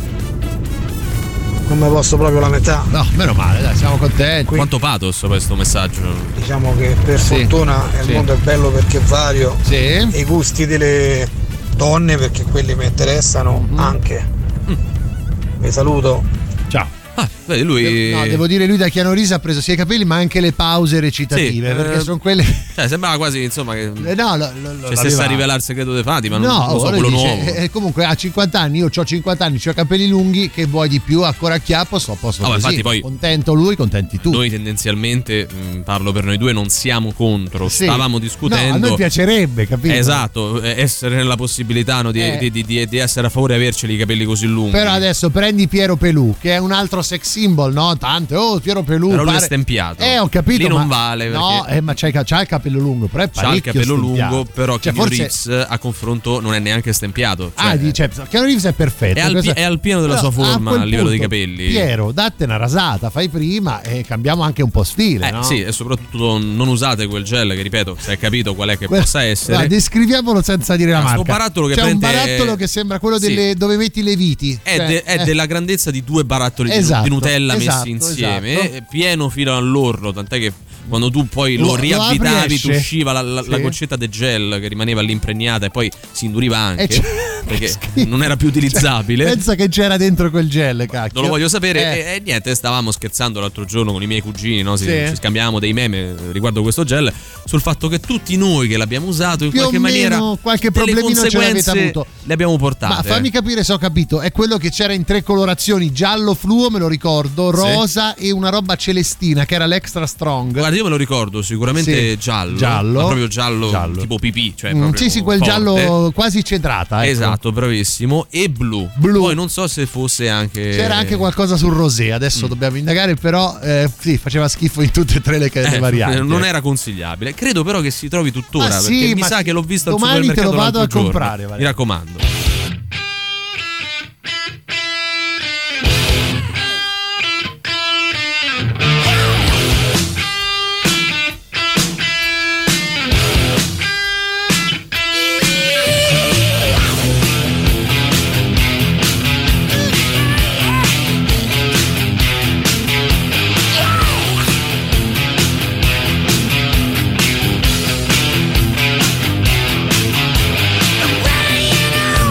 non me posso proprio lamentare. No, meno male, dai, siamo contenti. Quanto pathos questo messaggio. Diciamo che per fortuna il mondo è bello perché è vario. E i gusti delle donne, perché quelli mi interessano anche. Vi saluto. Ciao. Vedi, lui... No, devo dire, lui da Keanu Reeves ha preso sia i capelli ma anche le pause recitative, perché sono quelle... sembrava quasi, insomma, che stesse a rivelare il segreto dei Fatima, ma no, non lo so, quello nuovo. Comunque ha 50 anni, io ho 50 anni, ho capelli lunghi, che vuoi di più, ancora a chiappo, posso così. Infatti poi contento lui, contenti tu. Noi tendenzialmente, parlo per noi due, non siamo contro, stavamo discutendo. No, a noi piacerebbe, capito? Esatto, essere nella possibilità di essere a favore di averceli i capelli così lunghi. Però adesso prendi Piero Pelù, che è un altro sex symbol, no? Tante, Piero Pelù. Però lui è stempiato. Ho capito. Lì non vale. No, ma c'ha il capello lungo, però è c'ha il capello stempiato. lungo, però Keanu Reeves a confronto non è neanche stempiato. Keanu Reeves è perfetto. È al pieno della sua forma a livello dei capelli. Piero, datte una rasata, fai prima e cambiamo anche un po' stile, no? Sì, e soprattutto non usate quel gel che, ripeto, se hai capito qual è che possa essere. Descriviamolo senza dire la marca. Barattolo che c'è un barattolo che sembra quello dove metti le viti. È della grandezza di 2 barattoli di Nutella messi insieme, pieno fino all'orlo, tant'è che quando tu poi lo riavvitavi ti usciva la goccetta del gel che rimaneva lì impregnata e poi si induriva anche perché non era più utilizzabile. Pensa che c'era dentro quel gel, cacchio. Non lo voglio sapere. E niente, stavamo scherzando l'altro giorno con i miei cugini, no? Ci scambiavamo dei meme riguardo questo gel, sul fatto che tutti noi che l'abbiamo usato in qualche maniera qualche problemino ce l'avete avuto, le abbiamo portate. Ma fammi capire se ho capito, è quello che c'era in 3 colorazioni, giallo fluo, me lo ricordo, rosa e una roba celestina che era l'extra strong. Guarda, io me lo ricordo sicuramente giallo, ma proprio giallo tipo pipì, cioè sì, quel forte. Giallo quasi cedrata, ecco. Esatto, bravissimo. E blu. Poi non so se fosse anche, c'era anche qualcosa sul rosé, adesso dobbiamo indagare, però faceva schifo in tutte e 3 le varianti. Non era consigliabile. Credo però che si trovi tuttora, perché mi sa che l'ho visto al supermercato. Domani te lo vado a comprare, Valeria. Mi raccomando. Right now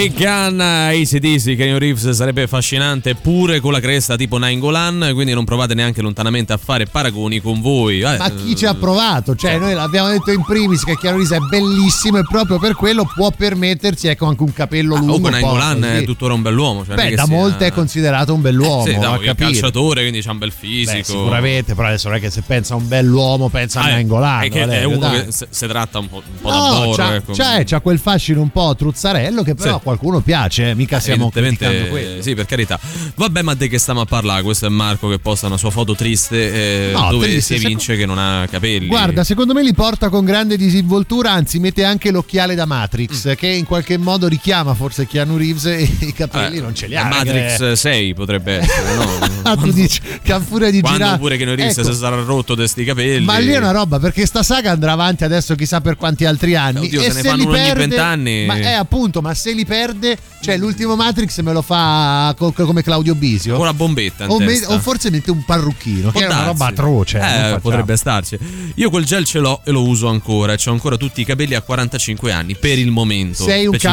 Big Gun, AC/DC, Keanu Reeves sarebbe affascinante pure con la cresta tipo Nainggolan, quindi non provate neanche lontanamente a fare paragoni con voi. Ma chi ci ha provato? Cioè, noi l'abbiamo detto in primis che Keanu Reeves è bellissimo e proprio per quello può permettersi anche un capello lungo. Comunque Nainggolan è tuttora un bell'uomo. Cioè da molti è considerato un bell'uomo. Sì, è un calciatore, quindi c'ha un bel fisico. Beh, sicuramente, però adesso non è che se pensa a un bell'uomo pensa a Nainggolan. È uno che si tratta un po' da boro. C'ha quel fascino un po' truzzarello che però a qualcuno piace, mica stiamo criticando quello. Sì, per carità. Vabbè, ma di che stiamo a parlare? Questo è Marco che posta una sua foto triste dove triste, si evince che non ha capelli. Guarda, secondo me li porta con grande disinvoltura, anzi mette anche l'occhiale da Matrix che in qualche modo richiama forse Keanu Reeves e i capelli non ce li ha. Matrix 6 potrebbe essere, no? Tu dici che ha furia di girare. Quando pure Keanu Reeves si sarà rotto di sti capelli. Ma lì è una roba, perché sta saga andrà avanti adesso chissà per quanti altri anni. Oddio, e se ne fanno ogni 20 anni. Ma appunto, ma se li perde, cioè l'ultimo Matrix me lo fa come Claudio Bisio. Con la bombetta in o forse mette un parrucchino, che è una roba atroce. Potrebbe starci. Io quel gel ce l'ho e lo uso ancora. C'ho ancora tutti i capelli a 45 anni per il momento. Sei un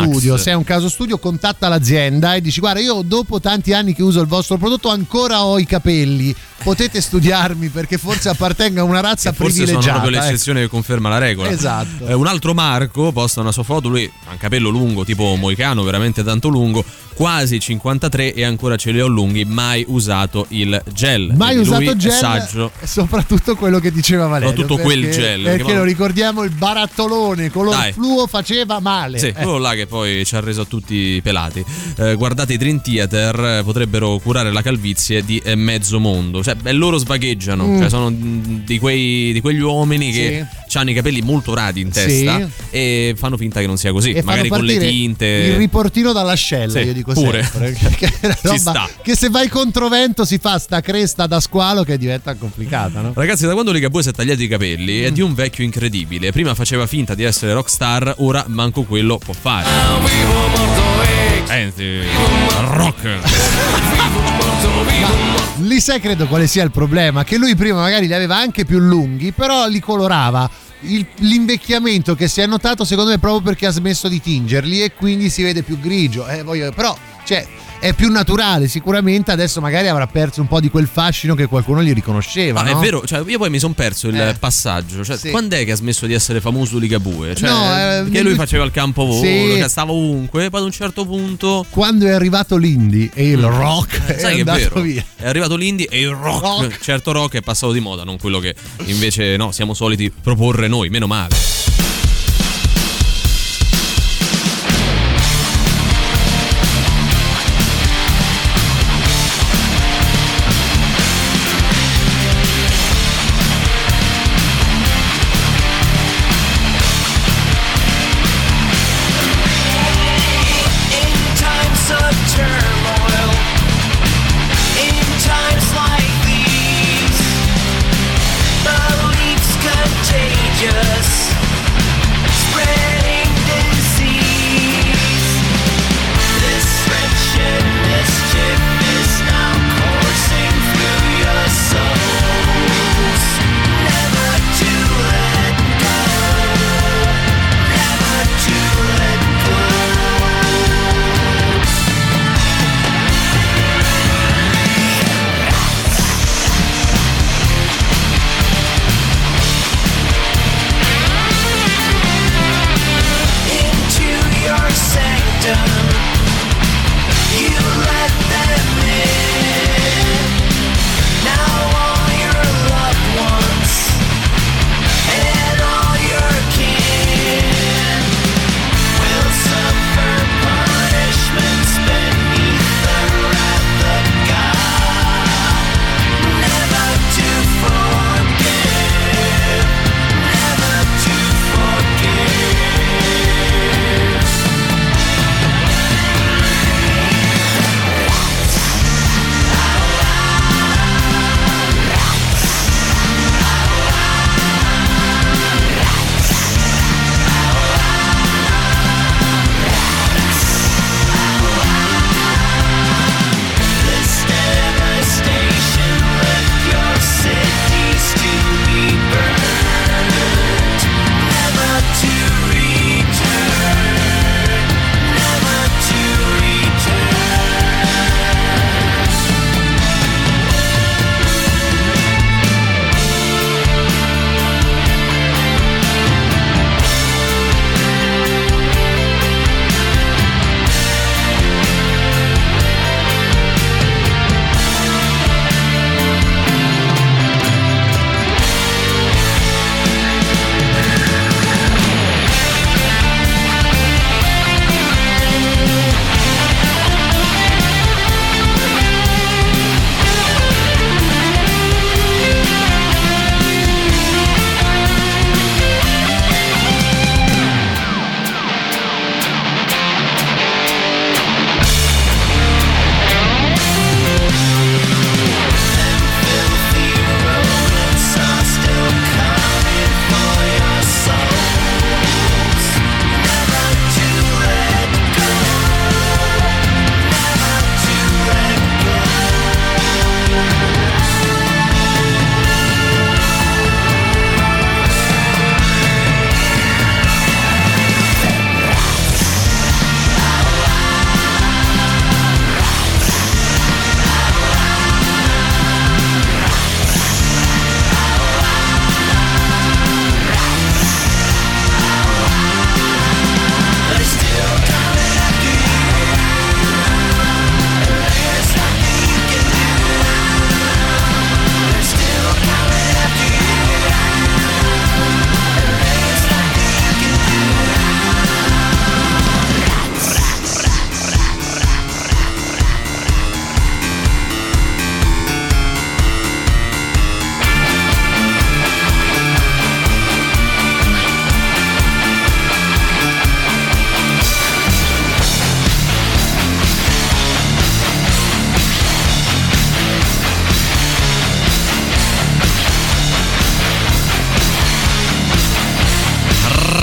caso studio, contatta l'azienda e dici: guarda, io dopo tanti anni che uso il vostro prodotto ancora ho i capelli, potete studiarmi perché forse appartengo a una razza privilegiata. Forse sono proprio l'eccezione che conferma la regola. Esatto. Un altro Marco posta una sua foto, lui ha un capello lungo tipo moicano, veramente tanto lungo, quasi 53 e ancora ce li ho lunghi, mai usato il gel. Mai usato gel, saggio. Soprattutto quello che diceva Valerio. Soprattutto quel gel. Perché lo ricordiamo, il barattolone color fluo faceva male. Sì, quello là che poi ci ha reso tutti pelati. Guardate, i Dream Theater potrebbero curare la calvizie di mezzo mondo. Cioè, loro svagheggiano. Cioè, sono di quegli uomini che hanno i capelli molto radi in testa e fanno finta che non sia così. E magari con le tinte. Il riportino dall'ascella, io dico pure. Sempre. Che è una roba che se vai controvento si fa sta cresta da squalo che diventa complicata, no? Ragazzi, da quando Ligabue si è tagliato i capelli è di un vecchio incredibile. Prima faceva finta di essere rockstar, ora manco quello può fare. Rock. Lì sai credo quale sia il problema, che lui prima magari li aveva anche più lunghi, però li colorava. L'invecchiamento che si è notato secondo me proprio perché ha smesso di tingerli e quindi si vede più grigio. Però è più naturale sicuramente. Adesso magari avrà perso un po' di quel fascino che qualcuno gli riconosceva, no? È vero, cioè io poi mi sono perso il passaggio, cioè quando è che ha smesso di essere famoso Ligabue? Cioè, che lui faceva il campovolo, che stava ovunque, poi ad un certo punto quando è arrivato l'indie e il rock sai che è vero, via. È arrivato l'indie e il rock. Certo, rock è passato di moda, non quello che invece siamo soliti proporre noi, meno male. Contagious.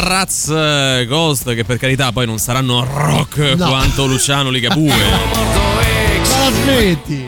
Raz Ghost, che per carità poi non saranno rock quanto Luciano Ligabue. Ma smetti.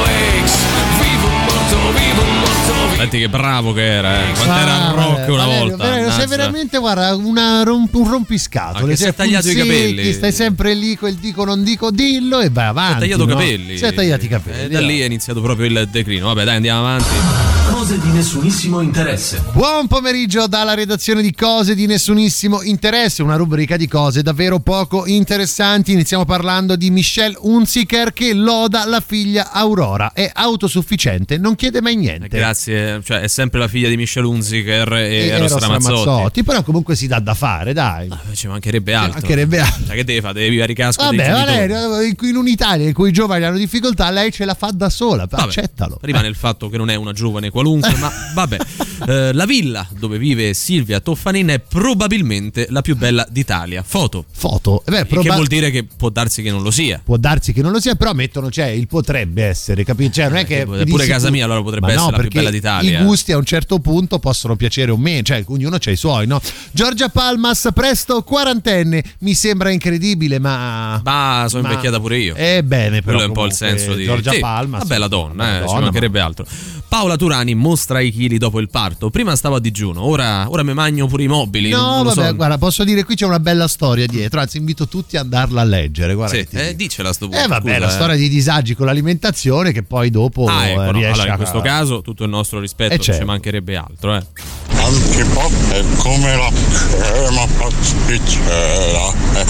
Senti che bravo che era, quanto era rock una volta. Sei veramente, guarda, un rompiscatole. Si è tagliato i capelli. Stai sempre lì col dico non dico dillo e vai avanti. Si è tagliato i capelli. Si è tagliati i capelli. E da lì è iniziato proprio il declino. Vabbè, dai, andiamo avanti. Cose di nessunissimo interesse. Buon pomeriggio dalla redazione di Cose di nessunissimo interesse, una rubrica di cose davvero poco interessanti. Iniziamo parlando di Michelle Hunziker che loda la figlia Aurora, è autosufficiente, non chiede mai niente. Grazie, cioè è sempre la figlia di Michelle Hunziker e Eros Ramazzotti. Però comunque si dà da fare, dai. Ci mancherebbe altro. Cioè, che deve fare? Deve vivere i casco dei genitori. Valerio, in un'Italia in cui i giovani hanno difficoltà, lei ce la fa da sola. Vabbè, accettalo. Rimane il fatto che non è una giovane qualunque, ma vabbè. La villa dove vive Silvia Toffanin è probabilmente la più bella d'Italia. Foto. Che vuol dire che può darsi che non lo sia. Può darsi che non lo sia, però mettono, cioè, il potrebbe essere, capito? Cioè, non è che pure casa mia allora potrebbe essere la più bella d'Italia. I gusti a un certo punto possono piacere o meno, cioè ognuno c'ha i suoi, no? Giorgia Palmas, presto quarantenne, mi sembra incredibile, ma sono invecchiata pure io. Bene, però quello è un po' il senso di Giorgia Palmas. Una bella donna, ci mancherebbe altro. Paola Turani mostra i chili dopo il parto. Prima stavo a digiuno, ora mi mangio pure i mobili. No, non vabbè, so. Guarda, posso dire, qui c'è una bella storia dietro. Anzi, invito tutti ad andarla a leggere. Guarda, dicela sto punto. Vabbè, la storia di disagi con l'alimentazione che poi dopo ecco, riesce allora, in questo caso tutto il nostro rispetto, ci mancherebbe altro, Antipop è come la crema pasticcera, è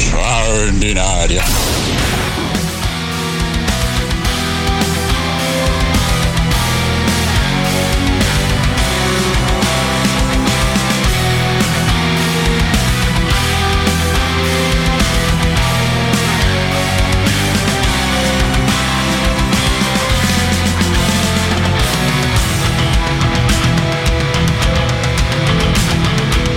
straordinaria.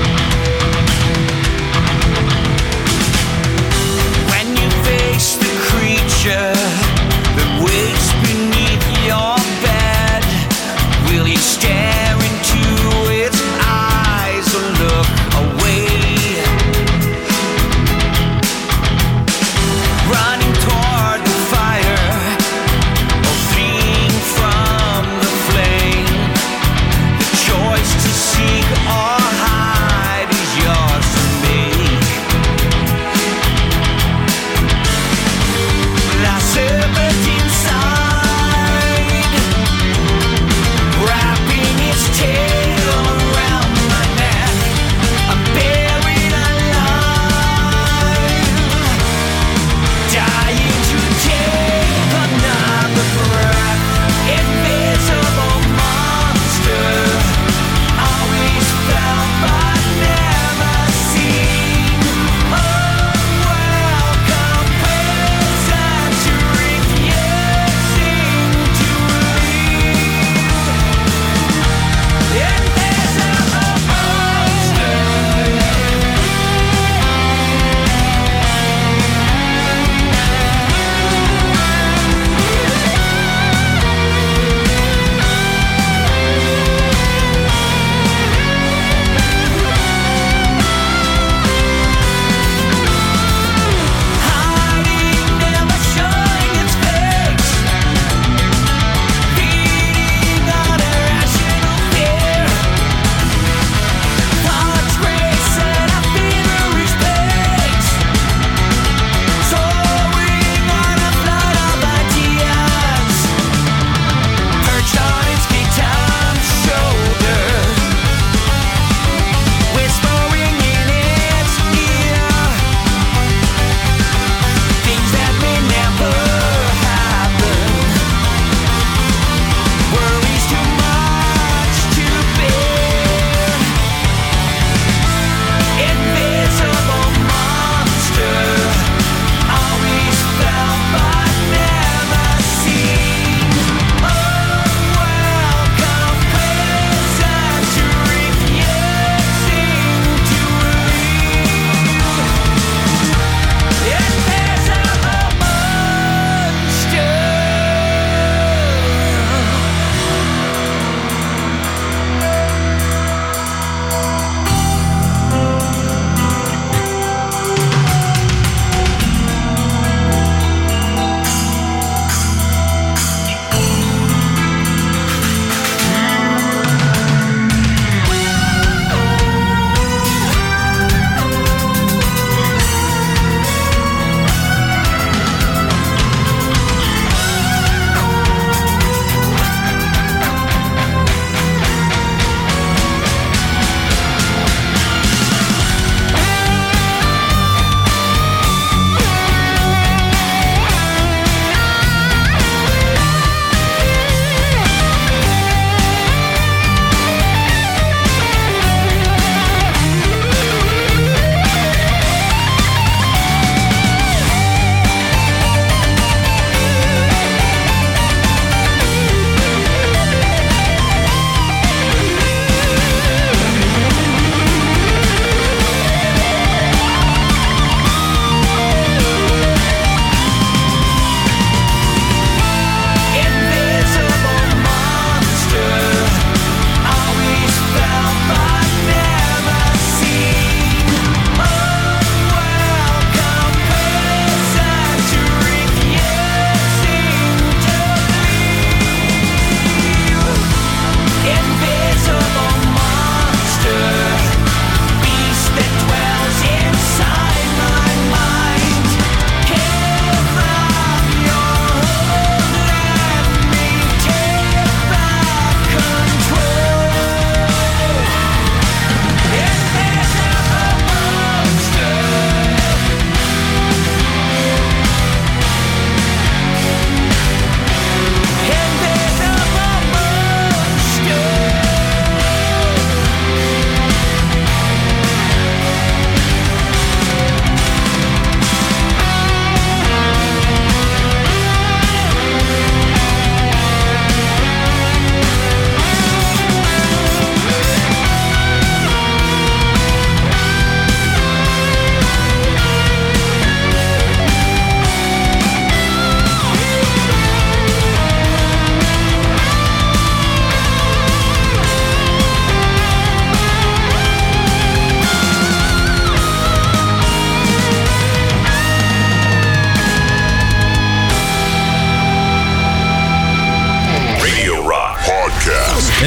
When you face the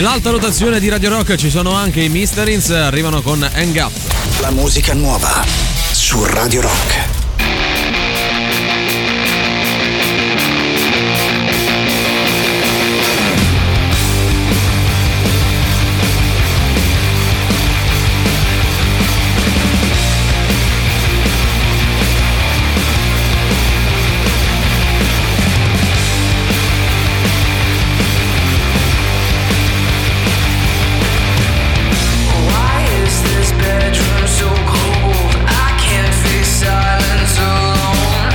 All'alta rotazione di Radio Rock ci sono anche i Mysterins, arrivano con Hang Up. La musica nuova su Radio Rock. So cold, I can't face silence alone.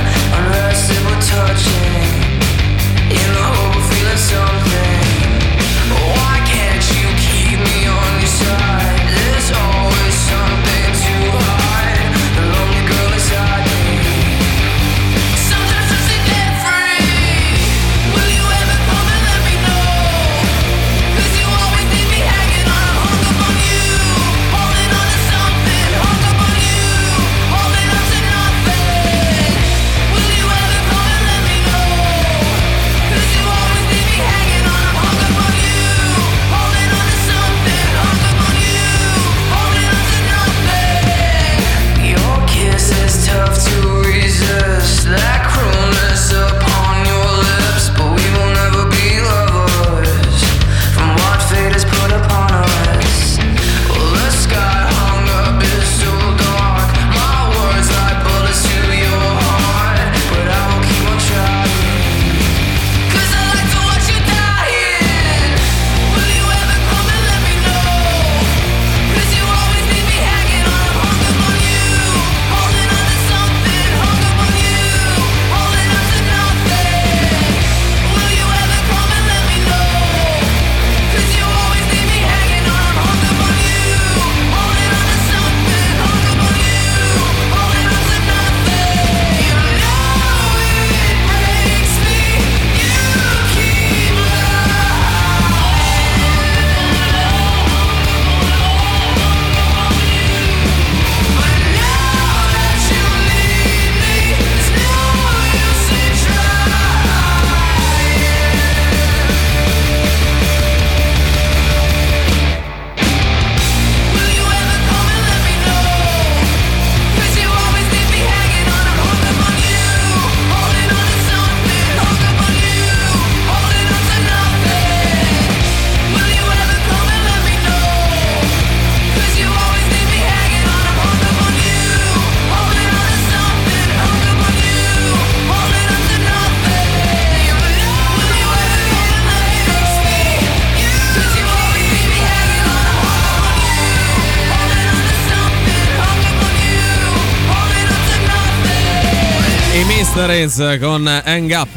Mysterins con Hang Up.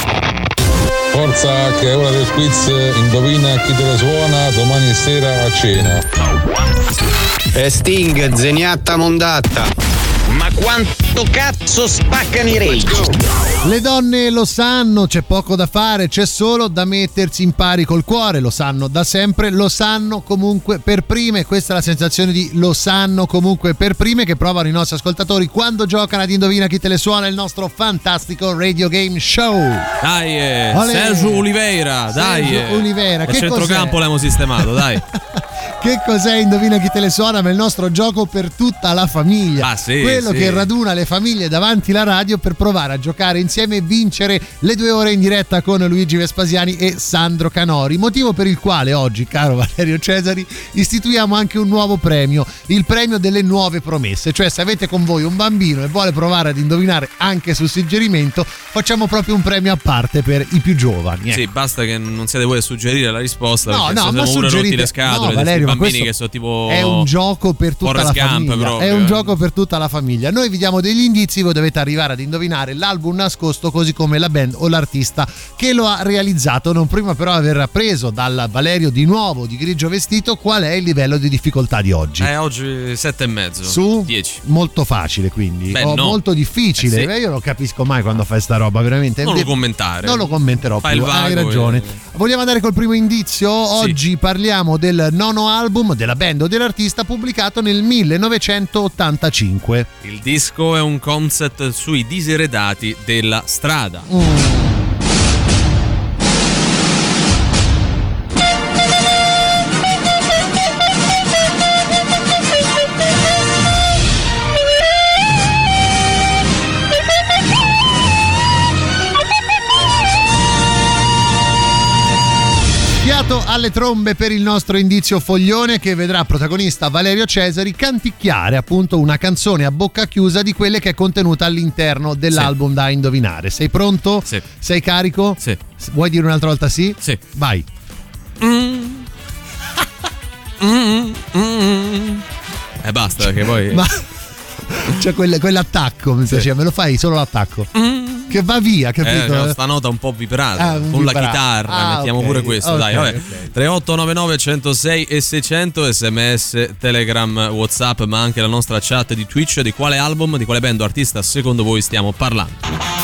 Forza che è ora del quiz, indovina chi te lo suona domani sera a cena. Sting, zeniatta mondatta. Ma quanto cazzo spaccano i rage? Le donne lo sanno, c'è poco da fare, c'è solo da mettersi in pari col cuore, lo sanno da sempre, lo sanno comunque per prime. Questa è la sensazione di lo sanno comunque per prime che provano i nostri ascoltatori quando giocano ad Indovina chi te le suona, il nostro fantastico radio game show. Dai, Sergio Oliveira, dai. Sergio Oliveira, che centrocampo l'abbiamo sistemato, dai. Che cos'è Indovina chi te le suona? Ma il nostro gioco per tutta la famiglia. Ah, sì, quello che raduna le famiglie davanti alla radio per provare a giocare insieme e vincere le 2 ore in diretta con Luigi Vespasiani e Sandro Canori. Motivo per il quale oggi, caro Valerio Cesari, istituiamo anche un nuovo premio, il premio delle nuove promesse. Cioè, se avete con voi un bambino e vuole provare ad indovinare anche sul suggerimento, facciamo proprio un premio a parte per i più giovani. Sì, basta che non siete voi a suggerire la risposta. No, ma suggerite le scatole, Valerio, bambini che sono tipo è un gioco per tutta la famiglia. Proprio. È un gioco per tutta la famiglia. Noi vi diamo degli indizi, voi dovete arrivare ad indovinare l'album nascosto, così come la band o l'artista che lo ha realizzato. Non prima però aver appreso dal Valerio di nuovo di grigio vestito qual è il livello di difficoltà di oggi. Oggi 7,5 su 10. Molto facile, quindi no. Molto difficile. Sì. Io non capisco mai quando fai sta roba, veramente. Non lo commentare. Non lo commenterò Fai più. Hai ragione. Vogliamo andare col primo indizio? Oggi parliamo del nono album della band o dell'artista pubblicato nel 1985. Il disco è un concept sui diseredati della strada. alle trombe per il nostro indizio foglione, che vedrà protagonista Valerio Cesari canticchiare appunto una canzone a bocca chiusa di quelle che è contenuta all'interno dell'album da indovinare. Sei pronto? Sì. Sei carico? Sì. Vuoi dire un'altra volta sì? Sì. Vai. Basta, perché poi... Ma c'è quell'attacco, mi piace, me lo fai solo l'attacco che va via, capito? Sta nota un po' vibrata con la chitarra, mettiamo pure questo, dai, vabbè. 3899 106 e 600, SMS, Telegram, WhatsApp, ma anche la nostra chat di Twitch. Di quale album, di quale band o artista secondo voi stiamo parlando?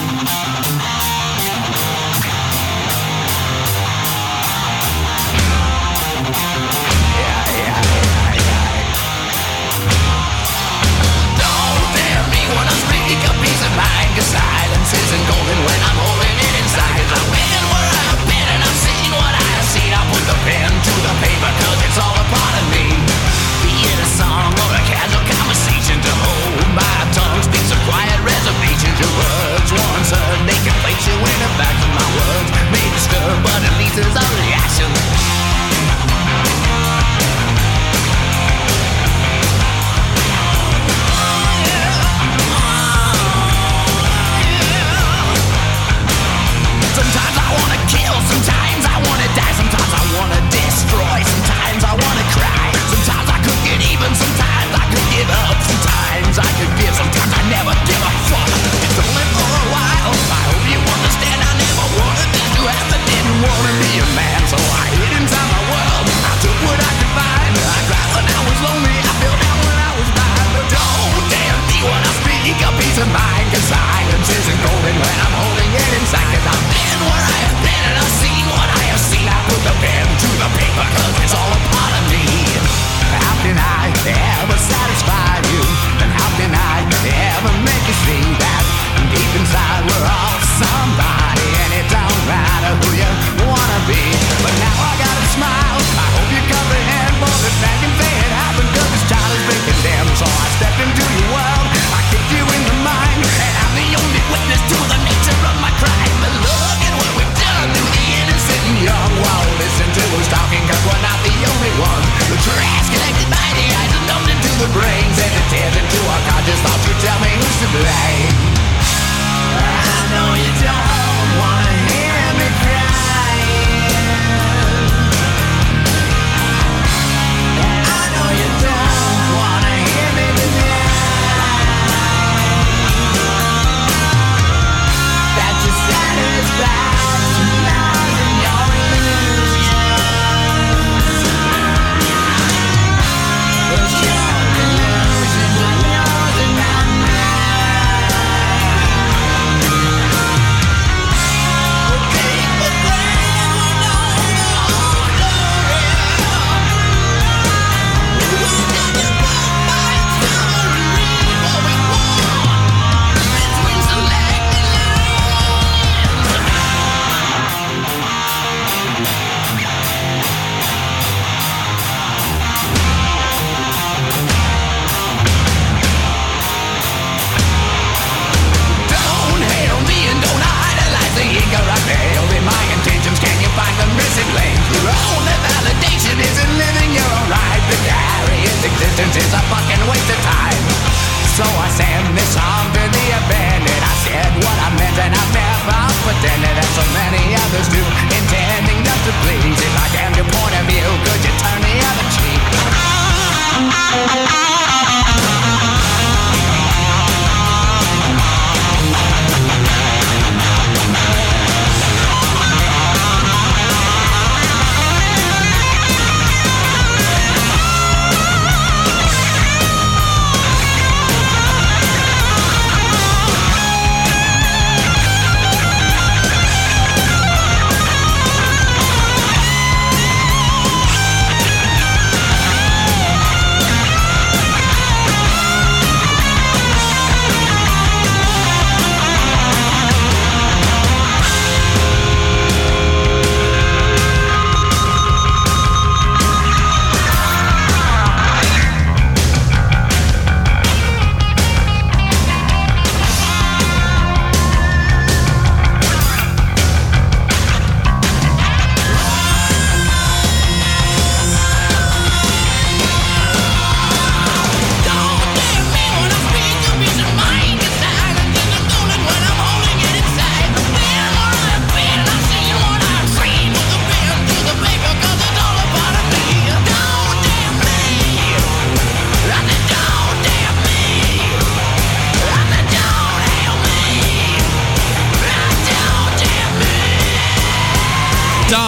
But at least it's a reaction. Sometimes I wanna kill, sometimes I wanna die, sometimes I wanna destroy, sometimes I wanna cry, sometimes I could get even, sometimes I could give up, sometimes I could give, sometimes I never give a fuck. It's only for a while. I hope you understand I never wanted this to happen. Didn't wanna be a man, so I hid inside my world. I took what I could find. I cried when I was lonely, I fell down when I was blind. But don't damn me when I speak a piece of mind, 'cause silence isn't golden when I'm holding it inside. 'Cause I've been where I have been and I've seen what I have seen. I put the pen to the paper 'cause it's all a part of me. How can I ever satisfy you? And how can I ever make you see that deep inside we're all somebody, and it don't matter who you wanna be. But now I gotta smile, I hope you comprehend. More than that can say it happened, 'cause this child is been condemned. So I stepped into your world, I kicked you in the mind, and I'm the only witness to the nature of my crime. But look at what we've done to the innocent and young. Well, listen to who's talking, 'cause we're not the only ones. The trash collected by the eyes and dumped into the brains, and it tears into our conscious thoughts. You tell me who's to blame. I know you don't wanna hear me crying. I know you don't wanna hear me deny that you're satisfied tonight in your illusions. But your illusions are yours and not mine. My intentions, can you find the missing link? Your only validation isn't living your own life. Vicarious existence is a fucking waste of time. So I sang this song to the abandoned. I said what I meant and I've never pretended, as so many others do, intending just to please. If I damn your point of view, could you turn the other cheek?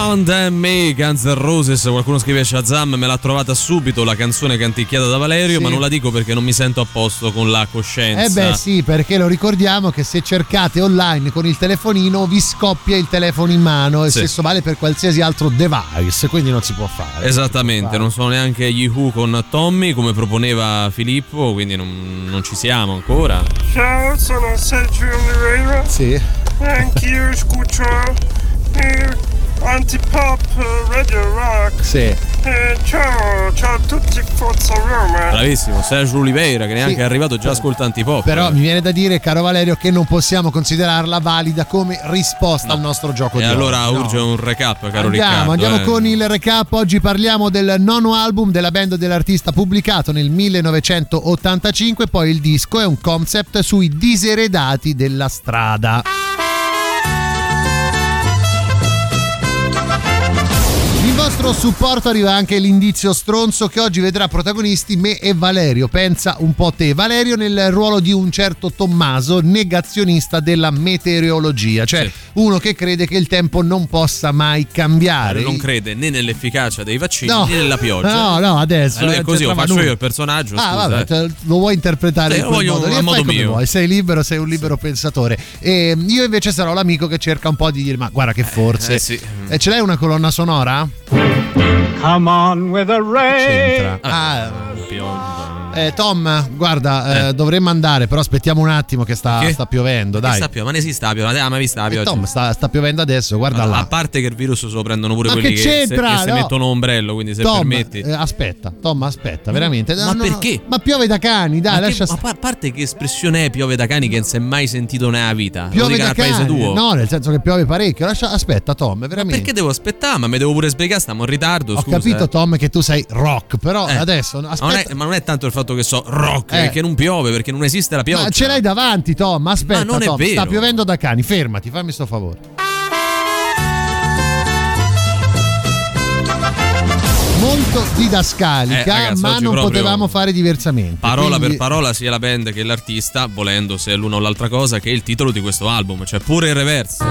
Don't Damn Me, Guns N' Roses. Qualcuno scrive Shazam, me l'ha trovata subito la canzone canticchiata da Valerio, sì. Ma non la dico perché non mi sento a posto con la coscienza. Sì, perché lo ricordiamo che se cercate online con il telefonino vi scoppia il telefono in mano e stesso vale per qualsiasi altro device, quindi non si può fare. Esattamente, non sono neanche gli Who con Tommy come proponeva Filippo, quindi non ci siamo ancora. Ciao, sono Sergio Oliveira. Sì. Anch'io scuso Antipop Radio Rock. Sì. Ciao a tutti, forza Roma. Bravissimo, Sergio Oliveira che neanche è arrivato già ascolta Antipop. Però mi viene da dire, caro Valerio, che non possiamo considerarla valida come risposta al nostro gioco di oggi. E allora urge un recap, caro Riccardo. Andiamo con il recap. Oggi parliamo del nono album della band dell'artista pubblicato nel 1985. Poi il disco è un concept sui diseredati della strada. Il vostro supporto arriva anche l'indizio stronzo che oggi vedrà protagonisti me e Valerio. Pensa un po' te, Valerio, nel ruolo di un certo Tommaso, negazionista della meteorologia, cioè uno che crede che il tempo non possa mai cambiare. Non crede né nell'efficacia dei vaccini né nella pioggia. No, adesso allora è così, lo faccio io il personaggio. Vabbè, lo vuoi interpretare in quel modo? A modo mio. Vuoi. Sei libero, sei un libero pensatore. E io invece sarò l'amico che cerca un po' di dire, ma guarda che forse. Ce l'hai una colonna sonora? Come on with the rain. Tom, guarda, dovremmo andare, però aspettiamo un attimo che sta piovendo, dai. Ma ne si sta piovendo, ma vista la pioggia. Tom, sta piovendo adesso, guarda là. A parte che il virus se lo prendono pure quelli che se mettono ombrello, quindi se Tom, permetti. Aspetta, veramente. Ma perché? Ma piove da cani, dai, lascia stare. Ma a parte che espressione è piove da cani che non si è mai sentito nella vita? Piove da cani. Paese tuo? No, nel senso che piove parecchio. Aspetta, Tom, veramente. Ma perché devo aspettare? Ma mi devo pure spiegare, stiamo in ritardo, scusa. Ho capito, Tom, che tu sei rock, però adesso aspetta. Ma non è tanto il fatto che so rock, perché non piove, perché non esiste la pioggia. Ma ce l'hai davanti, Tom, aspetta, ma non Tom, è vero. Sta piovendo da cani, fermati, fammi sto favore. Molto didascalica, ragazzi, ma non potevamo fare diversamente. Parola per parola, sia la band che l'artista, volendo se è l'una o l'altra cosa, che è il titolo di questo album, cioè pure il reverse.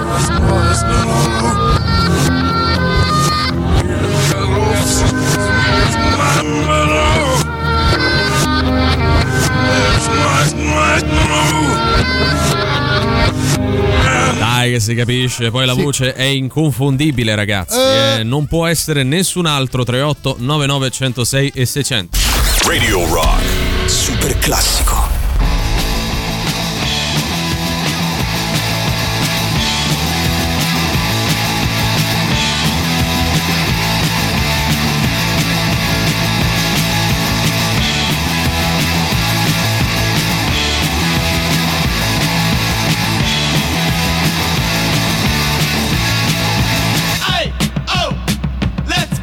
Dai che si capisce, poi la voce è inconfondibile, ragazzi. Non può essere nessun altro. 38 99 106 e 600. Radio Rock Super classico.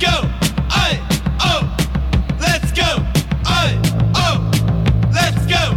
Let's go!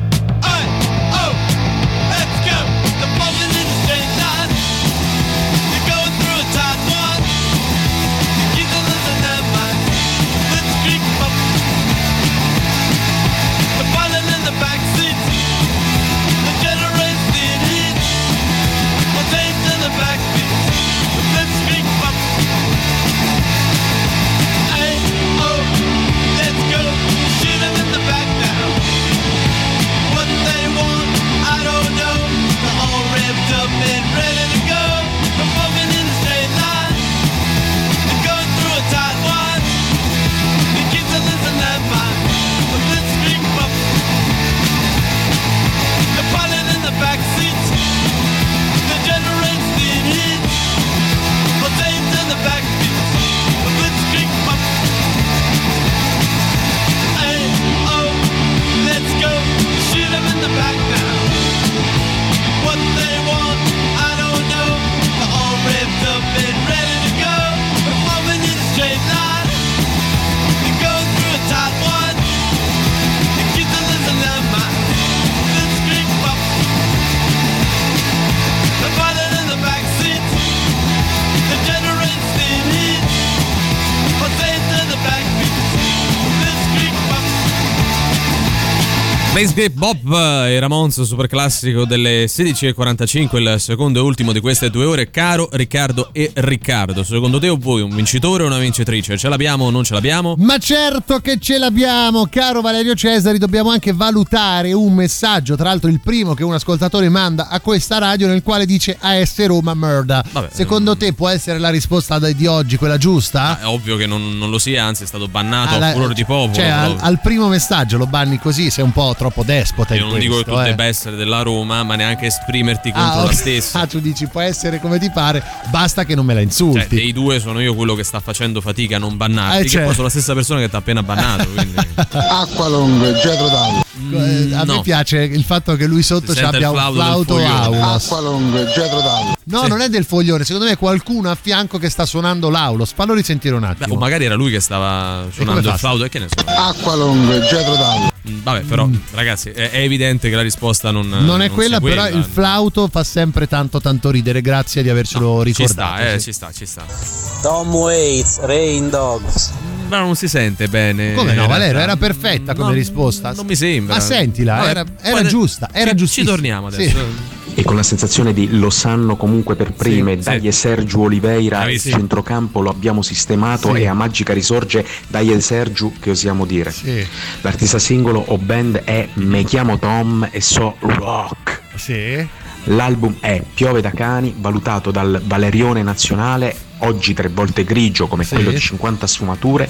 Planescape Bob e Ramones, super classico delle 16:45, il secondo e ultimo di queste 2 ore. Caro Riccardo e Riccardo, secondo te o voi un vincitore o una vincitrice? Ce l'abbiamo o non ce l'abbiamo? Ma certo che ce l'abbiamo, caro Valerio Cesari. Dobbiamo anche valutare un messaggio, tra l'altro il primo che un ascoltatore manda a questa radio, nel quale dice AS Roma merda. Vabbè, secondo te può essere la risposta di oggi quella giusta? È ovvio che non lo sia, anzi è stato bannato a furor di popolo. Cioè al primo messaggio lo banni così, sei un po' troppo despota. Io non dico che tu debba essere della Roma, ma neanche esprimerti contro la stessa. Tu dici può essere come ti pare, basta che non me la insulti. Cioè, dei due sono io quello che sta facendo fatica a non bannarti, che poi sono la stessa persona che ti ha appena bannato. Quindi. Acqualung, Getro Dallo. A me piace il fatto che lui sotto abbia un flauto Aulos. Acqualung, Getro Dallo. No, non è del foglione, secondo me è qualcuno a fianco che sta suonando l'Aulos. Fallo risentire un attimo. O magari era lui che stava suonando il flauto, e che ne so. Acqualung, Getro Dallo. Vabbè, però ragazzi, è evidente che la risposta non è quella, però il flauto fa sempre tanto ridere, grazie di avercelo ricordato. Ci sta. Tom Waits, Rain Dogs. Ma non si sente bene. Come no, Valerio? Era perfetta come risposta. Non mi sembra. Ma sentila, era giusta, era giustissima. Ci torniamo adesso. Sì. E con la sensazione di lo sanno comunque per prime, dai Sergio Oliveira, il centrocampo lo abbiamo sistemato e a magica risorge dai Sergio, che osiamo dire. L'artista singolo o band è Me chiamo Tom e so rock. L'album è Piove da cani, valutato dal Valerione Nazionale, oggi 3 volte grigio come quello di 50 sfumature,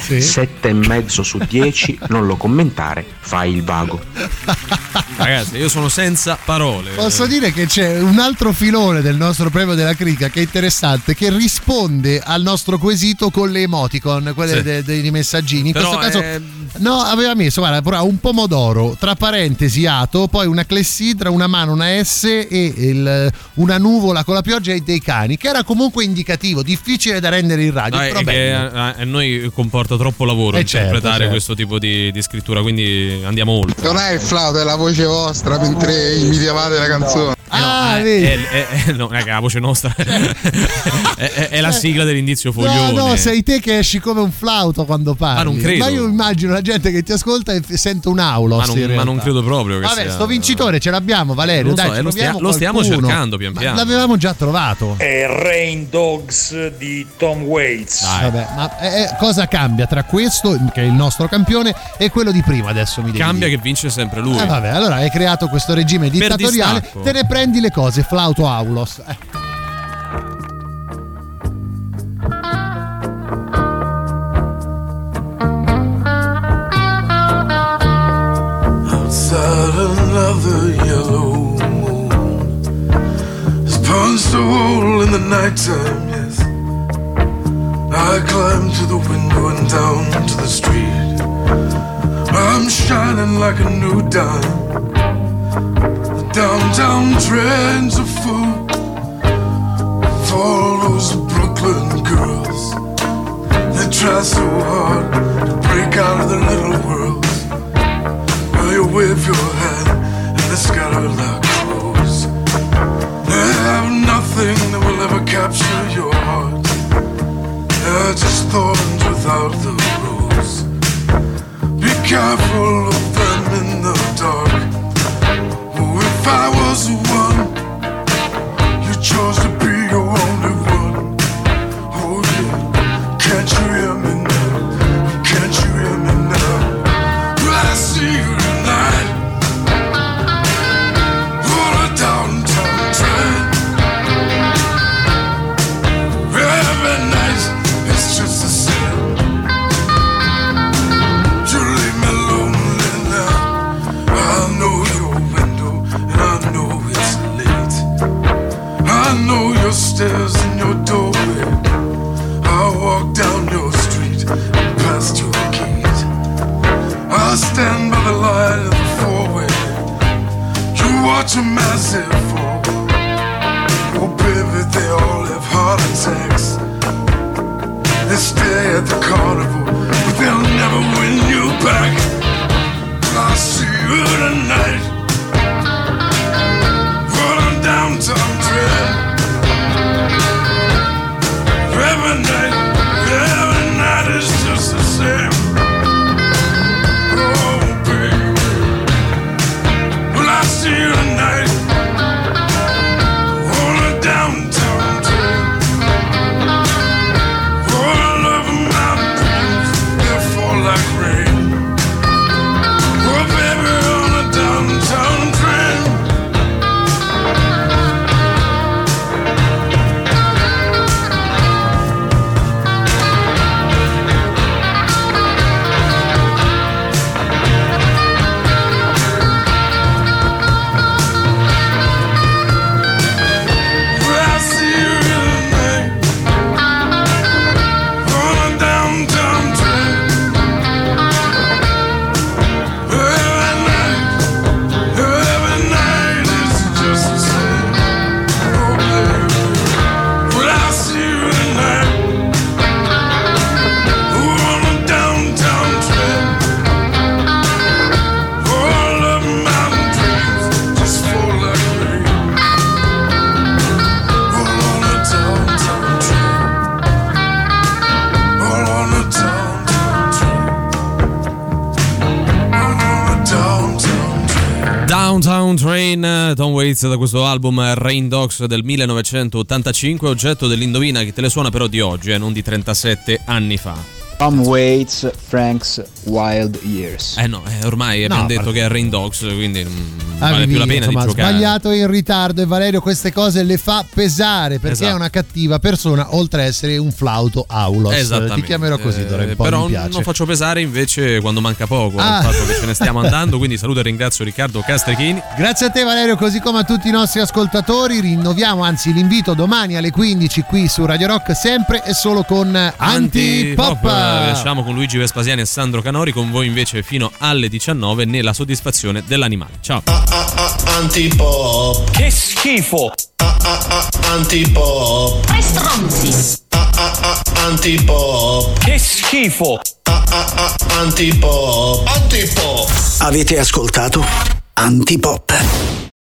7,5 su 10, non lo commentare, fai il vago. Ragazzi, io sono senza parole. Posso dire che c'è un altro filone del nostro premio della critica che è interessante, che risponde al nostro quesito con le emoticon, quelle dei messaggini. In questo caso aveva messo, guarda, un pomodoro, tra parentesi ato, poi una clessidra, una mano, una S e una nuvola con la pioggia e dei cani, che era comunque indicativo, difficile da rendere in radio. Però che a noi comporta troppo lavoro interpretare questo tipo di scrittura, quindi andiamo oltre. Non è il flauto, è la voce vostra mentre imitavate la canzone. No, è la voce nostra è la sigla dell'indizio foglione. No, sei te che esci come un flauto quando parli. Ma non credo. Ma io immagino la gente che ti ascolta e sente un Aulos. Ma non credo proprio che sia. Sto vincitore ce l'abbiamo, Valerio. Dai, lo stiamo cercando pian piano. L'avevamo già trovato. È Rain Dogs di Tom Waits. Vabbè, ma cosa cambia tra questo, che è il nostro campione, e quello di prima? Adesso mi devi cambia dire. Che vince sempre lui. Vabbè, allora hai creato questo regime dittatoriale, te ne prendi le cose, flauto Aulos. Outside another yellow moon has punched a hole in the nighttime, yes. I climb to the window and down to the street. I'm shining like a new dime. Downtown trends are full of all those Brooklyn girls. They try so hard to break out of their little worlds. Well, you wave your hand and they scatter like crows. They have nothing that will ever capture your heart. They're just thorns without the rose. Be careful of them in the dark. If I was the one, you chose to be your only one. Oh yeah, can't you hear me now? Can't you hear me now? I see you tonight on a downtown train. Every night it's just the same. You leave me lonely now. I know your window. I know it's late. I know your stairs and your doorway. I walk down your street and past your gate. I stand by the light of the four-way. You watch a massive fall. Oh baby, they all have heart attacks. They stay at the carnival, but they'll never win you back. I see you tonight. Downtown train. Every night is just the same. Oh baby, Downtown Train, Tom Waits, da questo album Rain Dogs del 1985, oggetto dell'Indovina chi te le suona però di oggi, non di 37 anni fa. Tom Waits, Frank's Wild Years. No, ormai abbiamo detto che è Rain Dogs, quindi vale più la pena insomma, di giocare. Sbagliato in ritardo, e Valerio queste cose le fa pesare perché è una cattiva persona, oltre a essere un flauto aulos. Ti chiamerò così d'ora in poi, però mi piace. non faccio pesare invece quando manca poco il fatto che ce ne stiamo andando, quindi saluto e ringrazio Riccardo Castrichini. Grazie a te Valerio, così come a tutti i nostri ascoltatori. Rinnoviamo anzi l'invito domani alle 15 qui su Radio Rock, sempre e solo con Antipop. Lasciamo con Luigi Vespasiani e Sandro Canori, con voi invece fino alle 19 nella soddisfazione dell'animale. Ciao. Antipop. Che schifo. Antipop. Tre stronzi. Antipop. Che schifo. Antipop. Antipop. Avete ascoltato Antipop.